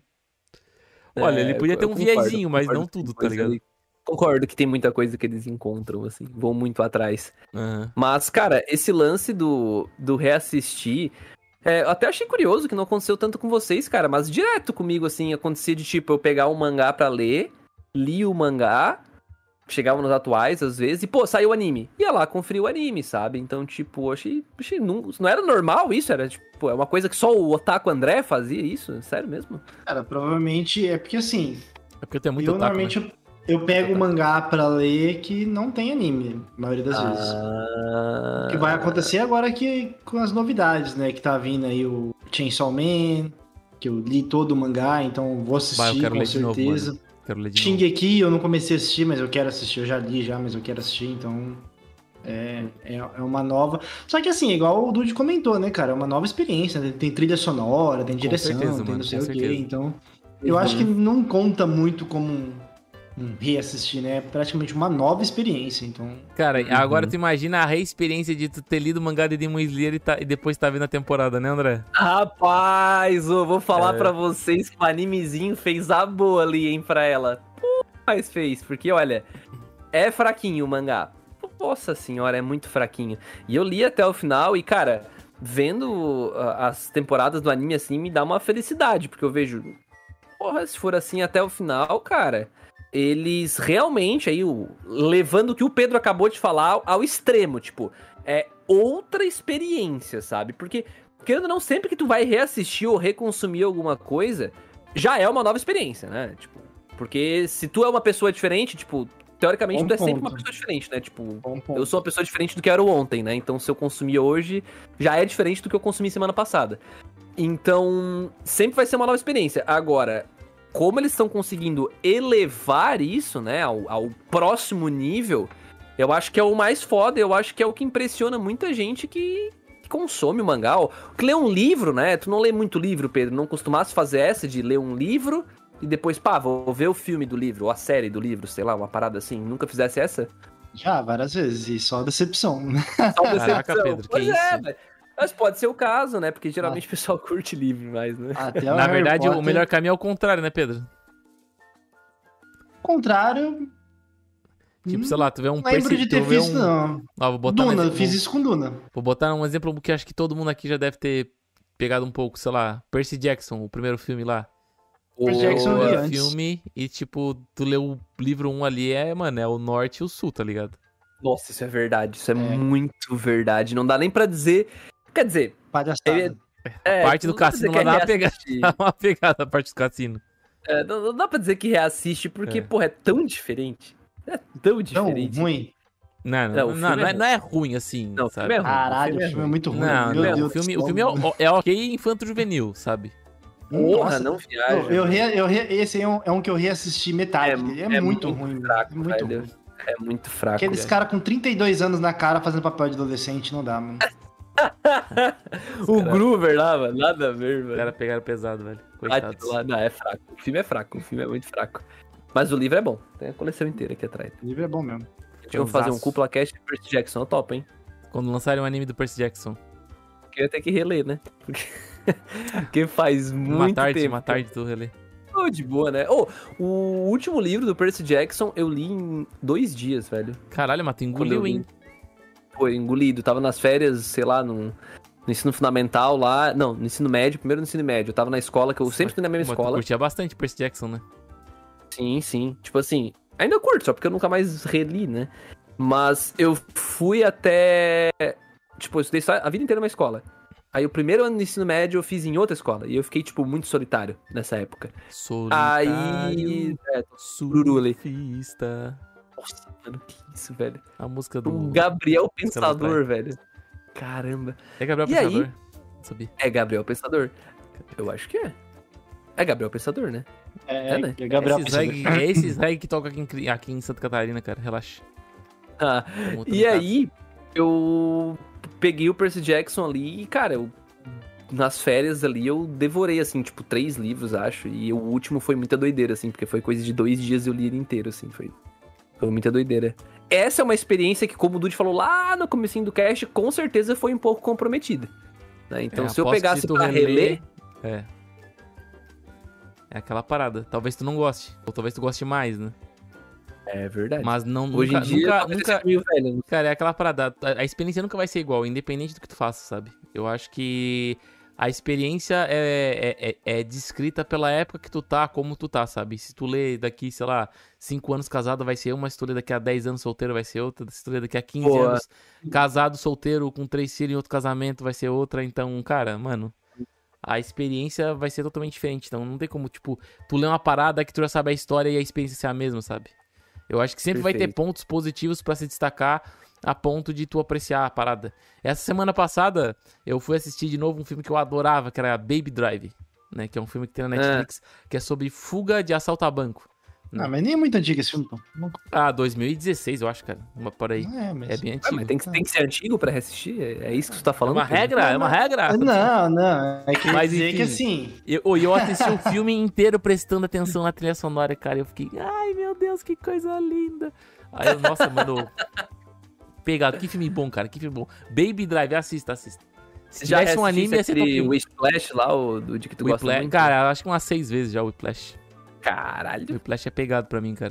olha, É, ele podia ter eu um concordo, viezinho, mas concordo não que tem tudo, tá coisa ligado? ali- Concordo que tem muita coisa que eles encontram, assim, vão muito atrás. Aham. Mas, cara, esse lance do, do reassistir, é, eu até achei curioso que não aconteceu tanto com vocês, cara, mas direto comigo, assim, acontecia de, tipo, eu pegar um mangá pra ler, li o mangá, chegava nos atuais, às vezes, e, pô, saiu o anime. Ia lá conferir o anime, sabe? Então, tipo, eu achei, achei não, não era normal isso, era, tipo, é uma coisa que só o Otaku André fazia isso? Sério mesmo? Cara, provavelmente é porque assim, É porque tu é muito eu otaku, normalmente né? eu, eu pego o mangá pra ler que não tem anime, a maioria das vezes. Ah... O que vai acontecer agora é que com as novidades, né? Que tá vindo aí o Chainsaw Man, que eu li todo o mangá, então vou assistir Vai, eu quero com ler de novo, certeza. mano. Quero ler de novo. Shingeki eu não comecei a assistir, mas eu quero assistir. Eu já li já, mas eu quero assistir, então... É, é, é uma nova... Só que assim, igual o Dude comentou, né, cara? É uma nova experiência, né? Tem trilha sonora, tem direção, certeza, tem mano, não sei com o quê. certeza. Então, eu Uhum. acho que não conta muito como um, um reassistir, né? É praticamente uma nova experiência, então... Cara, Uhum. agora tu imagina a reexperiência de tu ter lido o mangá de Demon Slayer e, tá- e depois tá vendo a temporada, né, André? Rapaz, eu vou falar É. pra vocês que o animezinho fez a boa ali, hein, pra ela. Pô, mas fez, porque olha, é fraquinho o mangá. nossa senhora, é muito fraquinho. E eu li até o final e, cara, vendo as temporadas do anime assim, me dá uma felicidade, porque eu vejo, porra, se for assim até o final, cara, eles realmente, aí, o, levando o que o Pedro acabou de falar ao extremo, tipo, é outra experiência, sabe? Porque, querendo ou não, sempre que tu vai reassistir ou reconsumir alguma coisa, já é uma nova experiência, né? Tipo, porque se tu é uma pessoa diferente, tipo, teoricamente Bom tu é sempre ponto. uma pessoa diferente, né? Tipo, Bom ponto. eu sou uma pessoa diferente do que eu era ontem, né? Então, se eu consumir hoje, já é diferente do que eu consumi semana passada. Então, sempre vai ser uma nova experiência. Agora, como eles estão conseguindo elevar isso, né, ao, ao próximo nível, eu acho que é o mais foda, eu acho que é o que impressiona muita gente que, que consome o mangá. Ou que lê um livro, né? Tu não lê muito livro, Pedro, não costumasse fazer essa de ler um livro e depois, pá, vou ver o filme do livro, ou a série do livro, sei lá, uma parada assim. Nunca fizesse essa? Já, várias vezes, e só decepção. Só Caraca, Pedro, que pois isso? é, velho. Mas pode ser o caso, né? Porque geralmente o pessoal curte livro mais, né? Até o Na Harry verdade, o Potter, melhor caminho é o contrário, né, Pedro? contrário, Tipo, Hum, sei lá, tu vê um não lembro Percy- de ter tu vê visto, um... não. Ó, vou botar um Duna, eu exemplo- fiz isso com Duna. Vou botar um exemplo que acho que todo mundo aqui já deve ter pegado um pouco, sei lá, Percy Jackson, o primeiro filme lá. Percy Jackson eu li O antes. filme e, tipo, tu lê o livro um ali, é, mano, é o norte e o sul, tá ligado? Nossa, isso é verdade. Isso é, É. muito verdade. Não dá nem pra dizer... Quer dizer... Palhaçada. É, a parte do não dá pra cassino dizer lá que dá é uma pegada, reassistir. dá uma pegada a parte do cassino. É, não, não dá pra dizer que reassiste, porque, É. porra, é tão diferente. É tão Tão diferente. ruim. Não, não, Não, o não, filme não, é é, não é ruim assim, Não, o sabe? filme é ruim. Caralho, o o filme é muito ruim. Não, Meu não, Deus o filme, do o céu. filme é, é ok infanto-juvenil, sabe? Porra, Nossa, não viaja. Eu, eu, re- eu re- esse aí é um, é um que eu reassisti metade É- dele. É, é muito, muito ruim. fraco, é muito velho. ruim. É muito fraco. Aqueles velho. caras com trinta e dois anos na cara fazendo papel de adolescente, não dá, mano. O cara- Groover lá, mano, nada a ver, Os velho. caras pegaram pesado, velho. Ah, Coitados. tipo, lá- Não, é fraco. O filme é fraco, o filme é muito fraco. Mas o livro é bom. Tem a coleção inteira aqui atrás. O livro é bom mesmo. Deixa eu fazer um Fanzaço. Cúpula Cast de Percy Jackson, é top, hein? Quando lançarem um anime do Percy Jackson. Porque eu ia ter que reler, né? Porque, Porque faz muito Uma tarde, tempo. uma tarde tu relê. Oh, de boa, né? Oh, o último livro do Percy Jackson eu li em dois dias, velho. Caralho, mas tu Quando engoliu, eu li. hein? Foi engolido. Tava nas férias, sei lá, no, no ensino fundamental lá. Não, no ensino médio, primeiro no ensino médio. Eu tava na escola, que eu sempre fui na mesma Mas tu escola. curtia bastante Percy Jackson, né? Sim, sim. Tipo assim, ainda curto, só porque eu nunca mais reli, né? Mas eu fui até. Tipo, eu estudei só a vida inteira numa escola. Aí o primeiro ano do ensino médio eu fiz em outra escola. E eu fiquei, tipo, muito solitário nessa época. Solitário, Aí. É, Sururu ali. surfista. nossa, mano, que isso, velho. A música do... O Gabriel Música do Pensador, velho. Caramba. É Gabriel E Pensador? aí? Não sabia. É Gabriel Pensador. Eu acho que é. É Gabriel Pensador, né? É, É, né? é Gabriel esses Pensador. reggae, é esses reggae que toca aqui em, aqui em Santa Catarina, cara. Relaxa. Ah, Tamo- tamo e em casa. aí, eu peguei o Percy Jackson ali e, cara, eu, nas férias ali eu devorei, assim, tipo, três livros, acho. E o último foi muita doideira, assim, porque foi coisa de dois dias eu li ele inteiro, assim. Foi, foi muita doideira. Essa é uma experiência que, como o Dude falou lá no comecinho do cast, com certeza foi um pouco comprometida. Né? Então, É, se eu aposto que pegasse se tu pra reler... É. É aquela parada. Talvez tu não goste. Ou talvez tu goste mais, né? É verdade. Mas não, Hoje nunca, em dia, nunca, talvez nunca, seja meio velho, né? cara, é aquela parada. A, a experiência nunca vai ser igual, independente do que tu faça, sabe? Eu acho que a experiência é, é, é, é descrita pela época que tu tá, como tu tá, sabe? Se tu lê daqui, sei lá, cinco anos casado vai ser uma, se tu lê daqui a dez anos solteiro vai ser outra, se tu lê daqui a quinze Boa. anos casado, solteiro, com três filhos em outro casamento vai ser outra. Então, cara, mano, a experiência vai ser totalmente diferente. Então não tem como, tipo, tu lê uma parada que tu já sabe a história e a experiência ser a mesma, sabe? Eu acho que sempre vai ter Perfeito. pontos positivos pra se destacar a ponto de tu apreciar a parada. Essa semana passada, eu fui assistir de novo um filme que eu adorava, que era Baby Drive, né? Que é um filme que tem na Netflix, que é sobre fuga de assalto a banco. Ah, mas nem é muito antigo esse filme, pô. Não, Ah, dois mil e dezesseis, eu acho, cara. Uma por aí. não é, mas... É bem Ah, antigo. mas tem que, tem que ser antigo pra reassistir? É, é isso que você tá É falando? uma Pedro? regra, é uma regra. Não, não. É que Mas, dizer enfim. que assim... E eu, eu assisti o filme inteiro prestando atenção na trilha sonora, cara. Eu fiquei, ai meu Deus, que coisa linda. Aí eu, nossa, mano. Pegado, que filme bom, cara, que filme bom. Baby Drive, assista, assista. Se Já tivesse um anime, ia ser top aquele um. Whiplash lá, o do de que tu gosta Whiplash, muito? cara, eu acho que umas seis vezes já o Whiplash. O Caralho. Whiplash é pegado pra mim, cara.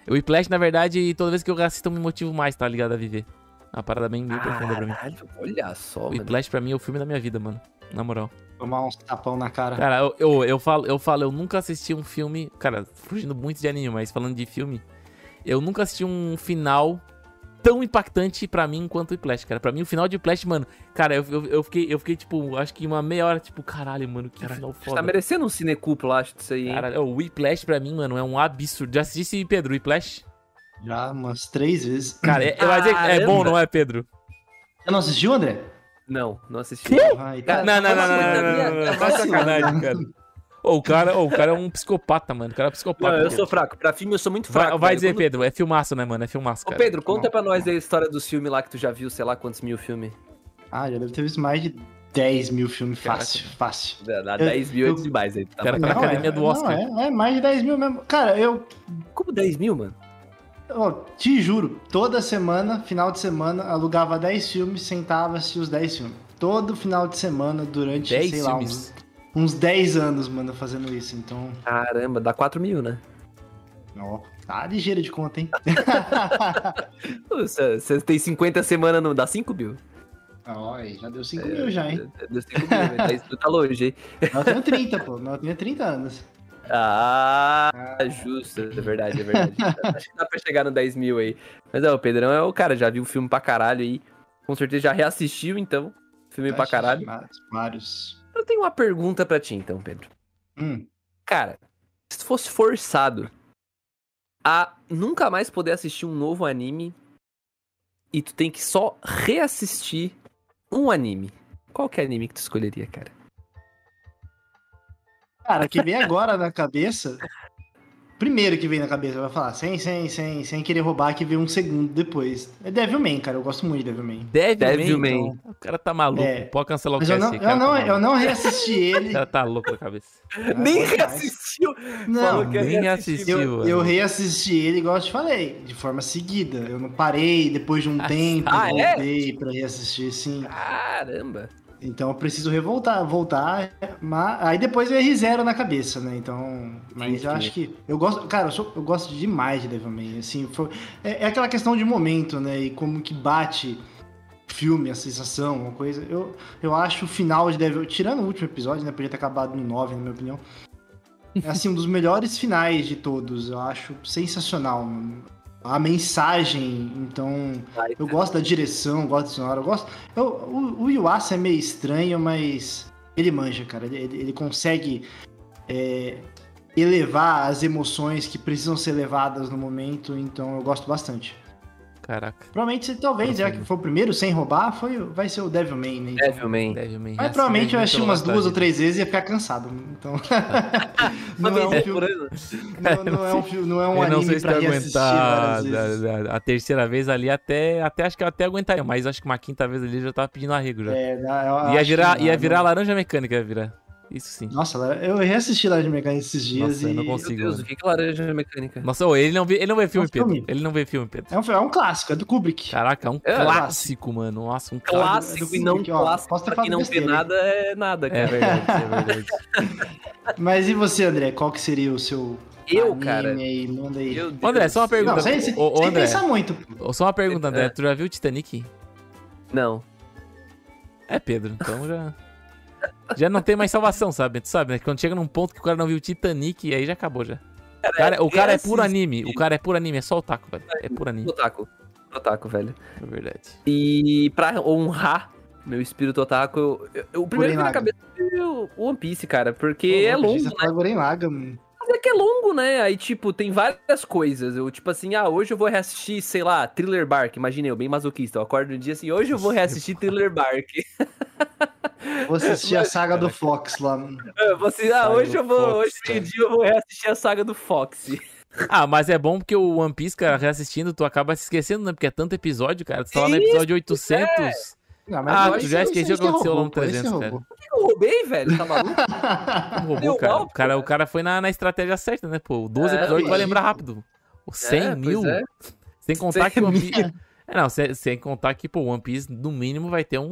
O Whiplash, na verdade, toda vez que eu assisto eu me motivo mais, tá ligado? A viver. Uma parada bem, bem profunda pra mim. Caralho, olha só, O mano. Whiplash pra mim é o filme da minha vida, mano. Na moral. Tomar uns tapão na cara. Cara, eu, eu, eu, falo, eu falo, eu nunca assisti um filme... Cara, fugindo muito de anime, mas falando de filme... Eu nunca assisti um final tão impactante pra mim quanto o Whiplash, cara. Pra mim, o final de Whiplash, mano... Cara, eu, eu, eu, fiquei, eu fiquei, tipo, acho que uma meia hora, tipo... Caralho, mano, que final Você foda. tá merecendo um cinecuplo, acho, disso aí, hein? Cara, o Whiplash pra mim, mano, é um absurdo. Já assistisse, Pedro, Whiplash? Já umas três vezes. Cara, é, eu vou dizer que é bom, não é, Pedro? Você não assistiu, André? Não, não assisti. Ai, Cara, Não, não, não, não, Nossa, não, na não, minha- não, não, tá não, tá sacanagem, cara. Ô, o cara, ô, o cara é um psicopata, mano. O cara é um psicopata. Não, eu Pedro. sou fraco. Pra filme eu sou muito Vai, fraco. vai velho. dizer, Quando- Pedro, é filmaço, né, mano? É filmaço, Ô, cara. Pedro, conta pra nós aí a história dos filmes lá que tu já viu, sei lá quantos mil filmes. Ah, já deve ter visto mais de dez mil filmes. Fácil, fácil. Dá Eu- dez mil é eu- demais aí. Tá Cara, bom. tá na Não, academia é, do Oscar. Não, é, é mais de dez mil mesmo. Cara, eu Como dez mil, mano? Ó, te juro, toda semana, final de semana, alugava dez filmes, sentava assistir os dez filmes. Todo final de semana, durante, dez sei lá, filmes. uns, uns dez anos, mano, fazendo isso. Então, Caramba, dá quatro mil, né? ó, tá ligeiro de conta, hein? Você você tem cinquenta semanas, não dá cinco mil? Ó, aí, já deu cinco mil já, hein? Deu cinco mil, né? dez mil tá longe, hein? Eu tenho trinta, pô. Eu tenho trinta anos. Ah, justo, é verdade, é verdade. Acho que dá pra chegar no dez mil aí. Mas é, o Pedrão é o cara, já viu filme pra caralho aí. Com certeza já reassistiu, então. Filme pra caralho. Vários. Eu tenho uma pergunta pra ti, então, Pedro. Hum. Cara, se tu fosse forçado a nunca mais poder assistir um novo anime e tu tem que só reassistir um anime, qual que é anime que tu escolheria, cara? Cara, que vem agora na cabeça. Primeiro que vem na cabeça, vai falar, sem, sem, sem, sem querer roubar, que vem um segundo depois. É Devilman, cara. Eu gosto muito de Devilman. Devilman. Devilman. Então, o cara tá maluco. É. Pode cancelar o Mas eu cast. não, o cara eu não, tá eu maluco. não reassisti ele. O cara tá louco da cabeça. Nem bom demais. reassistiu! Não, Falou que ia nem reassistir. assistiu. Eu, eu reassisti ele, igual eu te falei, de forma seguida. Eu não parei depois de um Ah, tempo, ah, é? voltei pra reassistir, sim. Caramba! Então eu preciso revoltar, voltar, mas aí depois eu R zero na cabeça, né? Então, mas Entendi. eu acho que eu gosto, cara, eu, sou- eu gosto demais de Devilman, assim, foi, é, é aquela questão de momento, né? E como que bate filme, a sensação, uma coisa. Eu, eu acho o final de Devil, tirando o último episódio, né? Podia ter acabado no nove, na minha opinião. É assim, um dos melhores finais de todos. Eu acho sensacional. Mano. A mensagem, então. Eu gosto da direção, gosto da sonora. Eu gosto. Eu, o, o Yuasa é meio estranho, mas ele manja, cara. Ele, ele- ele consegue é, elevar as emoções que precisam ser levadas no momento, então eu gosto bastante. Caraca. Provavelmente, se- talvez, já que for o primeiro sem roubar, foi, vai ser o Devilman, né? Então, Devilman. Devilman. mas provavelmente eu Reassistiu assisti pelo umas resto da duas ou vida. três vezes e ia ficar cansado. Então. Uma não, é um vez filme, por ano. não, não é um filme, não é um Eu não anime sei se pra tu reassistir aguentar várias vezes. a, a- a terceira vez ali, até, até acho que eu até aguentaria, mas acho que uma quinta vez ali eu já tava pedindo arrego já. É, eu acho ia que virar, não, ia virar não. laranja mecânica, ia virar. Isso sim. Nossa, eu reassisti lá de Mecânica esses dias Nossa, eu e. não Meu consigo. Deus, mano. o que que é laranja mecânica? Nossa, ô, ele não vê, ele não vê filme, Nossa, Pedro. filme. Ele não vê filme, Pedro. É um, é um clássico, é do Kubrick. Caraca, é um É, clássico, mano. Nossa, um clássico. Clássico e não Ó, clássico. posso ter Pra quem falado não vê besteira, nada é nada, É cara. verdade, é verdade. Mas e você, André? Qual que seria o seu Eu, anime cara. aí? Manda aí. Meu Deus. André, só uma pergunta. Não, sem, sem, Ô, ô, sem André. pensar muito. Ô, Só uma pergunta, André. É. Tu já viu o Titanic? Não. É, Pedro. Então já. Já não tem mais salvação, sabe? Tu sabe, né? Quando chega num ponto que o cara não viu o Titanic, aí já acabou já. O cara, o cara é puro anime. O cara é puro anime. É só otaku, velho. É puro anime. Otaku. Otaku, velho. É verdade. E pra honrar meu espírito otaku, eu, eu- o primeiro que veio na Gurren cabeça foi o o One Piece, cara. Porque é Pô, longo, Você né? fala Gurren Lagann, mano. Mas é que é longo, né? Aí, tipo, tem várias coisas. Eu, tipo assim, ah, hoje eu vou reassistir, sei lá, Thriller Bark. Imagina eu, bem masoquista. Eu acordo um dia assim, hoje eu vou reassistir Thriller Bark. Vou assistir a saga do Fox lá. mano. Eu vou assim, ah, Saga hoje do eu vou, Fox, hoje cara. em dia eu vou reassistir a saga do Fox. Ah, mas é bom porque o One Piece, cara, reassistindo, tu acaba se esquecendo, né? Porque é tanto episódio, cara. Tu tá lá no Isso, episódio oitocentos. Não, Ah, eu- tu já esse- esqueceu o esse que aconteceu lá roubou, no pô, esse trezentos, roubou. Por que eu roubei, velho? Tá maluco? Não roubou, Deu cara. mal, O cara, o cara foi na, na estratégia certa, né, pô? doze É, episódios tu vai bicho. lembrar rápido. O cem É, mil. pois é. Sem contar cem que o One mil. Piece. É, não, sem, sem contar que, pô, o One Piece, no mínimo, vai ter uns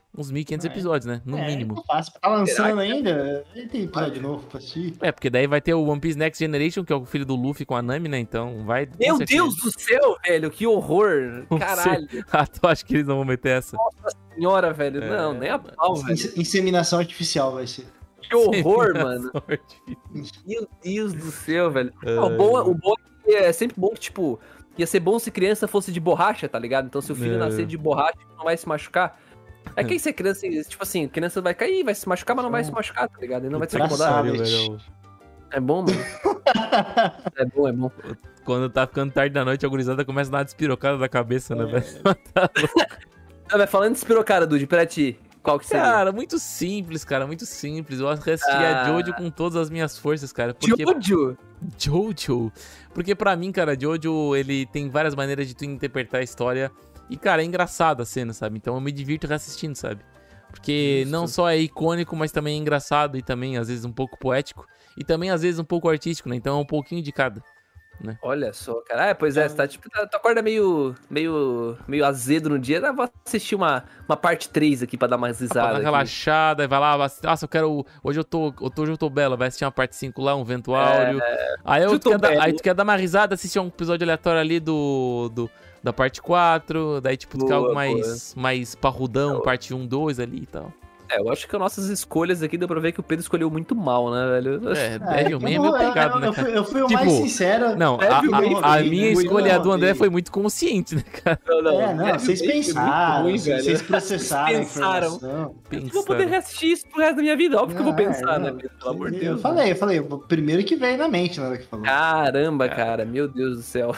uns mil e quinhentos É. episódios, né? No é, mínimo. Tá fácil. Tá lançando ainda? Tem episódio novo pra assistir. É, porque daí vai ter o One Piece Next Generation, que é o filho do Luffy com a Nami, né? Então vai... com Meu certeza. Deus do céu, velho, que horror. Não Caralho. sei. Ah, tu acha que eles não vão meter essa? Senhora, velho. É, Não, nem a pau, velho. Inse- Inseminação artificial vai ser. Que horror, mano. Sorte. Meu Deus do céu, velho. Ai, o, bom, o bom é que é sempre bom que, tipo, ia ser bom se criança fosse de borracha, tá ligado? Então, se o filho É. nascer de borracha, não vai se machucar. É que isso é criança, tipo assim, criança vai cair, vai se machucar, mas não vai se machucar, tá ligado? Ele não vai se incomodar. Engraçado. Velho, É bom, mano. É bom, é bom. quando tá ficando tarde da noite, a gurizada começa a dar uma despirocada da cabeça, né, velho? Ah, mas falando de espirocada, Dude, pra ti, qual que seria? Cara, muito simples, cara, muito simples. Eu assistiria Ah. Jojo com todas as minhas forças, cara. Porque... Jojo? Jojo. Porque pra mim, cara, Jojo, ele tem várias maneiras de tu interpretar a história. E, cara, é engraçado a cena, sabe? Então eu me divirto reassistindo, sabe? Porque Justo. não só é icônico, mas também é engraçado e também, às vezes, um pouco poético. E também, às vezes, um pouco artístico, né? Então é um pouquinho de cada. Olha só, cara. Ah, pois é, você tá, tipo, tá, tu acorda meio, meio, meio azedo no dia, ah, vou assistir uma, uma parte três aqui pra dar mais Pra risada. dar aqui. relaxada, vai lá, vai assistir, nossa, eu quero. Hoje eu tô. Hoje eu tô bela, vai assistir uma parte cinco lá, um vento áureo. Aí, eu hoje eu tô quer dar, belo. aí tu quer dar uma risada, assistir um episódio aleatório ali do. do da parte quatro. Daí, tipo, tu quer Boa, algo mais, mais parrudão, Boa. parte um, dois ali e tal. É, eu acho que as nossas escolhas aqui deu pra ver que o Pedro escolheu muito mal, né, velho? É, Ah, Devilman é eu, meio eu, pegado, eu, né, eu, fui, cara? eu fui o Tipo, mais sincero. Não, a, Devilman a, a foi minha muito escolha e a do ruim. André foi muito consciente, né, cara? Não, É, não, Devilman vocês foi muito pensaram, ruim, vocês, velho. vocês processaram a pensaram. informação. Eu vou poder reassistir isso pro resto da minha vida, óbvio que eu vou Ah, pensar, não. né, Pedro? Pelo amor de Eu Deus. falei, eu falei, o primeiro que veio na mente na hora que falou. Caramba, cara, meu Deus do céu.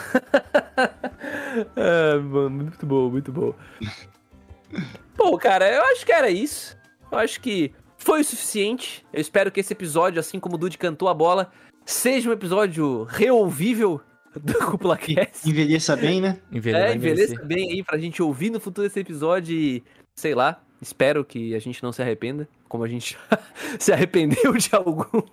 Ah, mano, muito bom, muito bom. Pô, cara, eu acho que era isso. Eu acho que foi o suficiente. Eu espero que esse episódio, assim como o Dude cantou a bola, seja um episódio reouvível do Cúpula Cast. Envelheça bem, né? É, envelheça bem aí pra gente ouvir no futuro esse episódio e, sei lá, espero que a gente não se arrependa, como a gente se arrependeu de algum.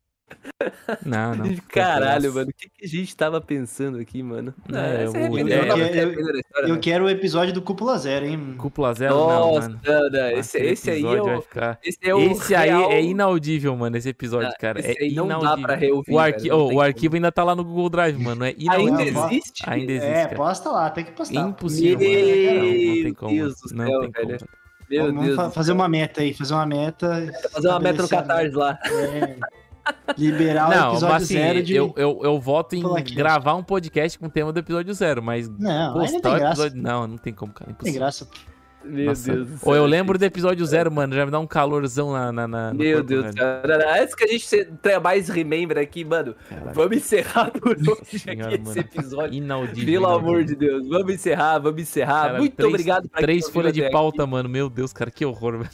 Não, não. Caralho, mano, o que, que a gente tava pensando aqui, mano? É, se o- arrependeu, é, não tava eu- se arrependendo da história, Eu né? quero o episódio do Cúpula Zero, hein? Cúpula zero, não, Nossa, mano. não, não, Nossa, esse, esse aí é episódio vai o... ficar... Esse, é o Esse aí real- é inaudível, mano, esse episódio, Ah, cara. esse É aí não dá inaudível. pra reouvir, O, arqui... velho, não oh, tem o como. arquivo ainda tá lá no Google Drive, mano. É Ainda inaudível. Não, existe? Ainda existe, É, cara. posta lá, tem que postar. Impossível, Meu mano. Não, não tem como. Deus do não céu, tem como. velho. Meu Vamos Deus fa- do fazer céu. uma meta aí, fazer uma meta. Fazer uma meta no estabelecer a Catarse lá. É. Liberar o Não, episódio mas assim, zero de. eu, eu, eu voto em Cúpula Cast. gravar um podcast com o tema do episódio zero, mas Não, aí não postar tem o graça. episódio... Não, não tem como, cara. Não tem Impossível. graça. Meu Nossa. Deus do céu. Ou eu lembro do episódio zero, mano, já me dá um calorzão na, na, na- no Meu corpo, Deus do velho. céu. Não, não, Antes que a gente se- tenha mais remember aqui, mano, Caralho. vamos encerrar por hoje Senhora, aqui esse mano. episódio. Inaudível. Pelo inaudível. amor de Deus, vamos encerrar, vamos encerrar. Cara, Muito três- obrigado pra Três quem folhas de ouviu até pauta, mano. Meu Deus, cara, que horror, velho.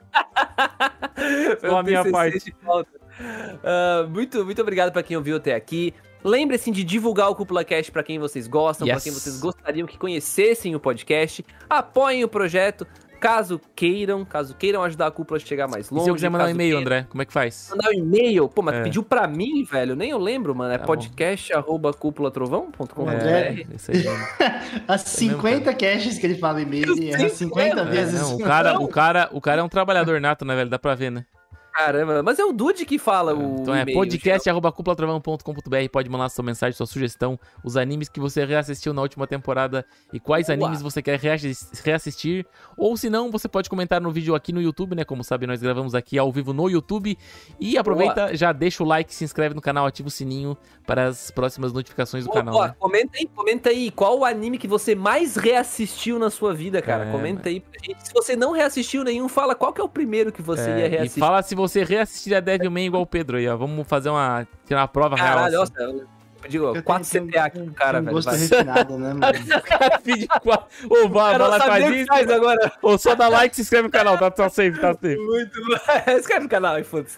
aqui. Só a minha T C C parte. de pauta. Ah, muito, muito obrigado pra quem ouviu até aqui. Lembre-se de divulgar o Cúpula Cast pra quem vocês gostam, pra Yes. quem vocês gostariam que conhecessem o podcast. Apoiem o projeto, caso queiram, caso queiram ajudar a Cúpula a chegar mais E longe. se eu quiser mandar um caso e-mail, queiram- André, como é que faz? Mandar um e-mail? Pô, mas É. pediu pra mim, velho? Nem eu lembro, mano. É Tá bom. podcast arroba cúpulatrovão ponto com ponto b r. É. É, isso aí. mesmo. As cinquenta caches que ele fala e-mail, ele erra cinquenta É, vezes. não, o, cara, o, cara, o cara é um trabalhador nato, né, velho? Dá pra ver, né? Caramba, mas é o Dude que fala o Então é e-mail, podcast arroba cúpulatrovão ponto com ponto b r. Pode mandar sua mensagem, sua sugestão, os animes que você reassistiu na última temporada e quais Boa. animes você quer reassis- reassistir. Ou se não, você pode comentar no vídeo aqui no YouTube, né? Como sabe, nós gravamos aqui ao vivo no YouTube. E aproveita, já deixa o like, se inscreve no canal, ativa o sininho para as próximas notificações do Ó, canal. ó, né? comenta aí, comenta aí, qual o anime que você mais reassistiu na sua vida, cara? É, comenta aí pra gente. Se você não reassistiu nenhum, fala qual que é o primeiro que você É, ia e reassistir. fala se você reassistiria Devilman igual o Pedro aí, ó. Vamos fazer uma, tirar uma prova Caralho, real. assim. nossa, eu digo, Eu quatro tenho- C T A aqui tenho- pro cara, tenho velho. gosto vai. refinado, né, mano? Vídeo quatro. Ô, vai, vai Eu não lá, sabia faz o que isso. faz agora. Ou só dá like e se inscreve no canal, tá, tá safe, tá safe. Muito bom. Inscreve no canal aí, foda-se.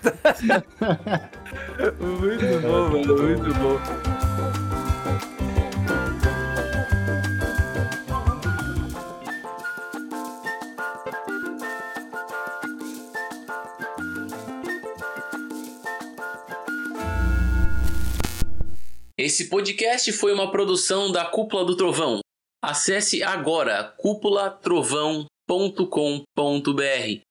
Muito bom, mano, muito bom. Esse podcast foi uma produção da Cúpula do Trovão. Acesse agora cúpula trovão ponto com ponto b r.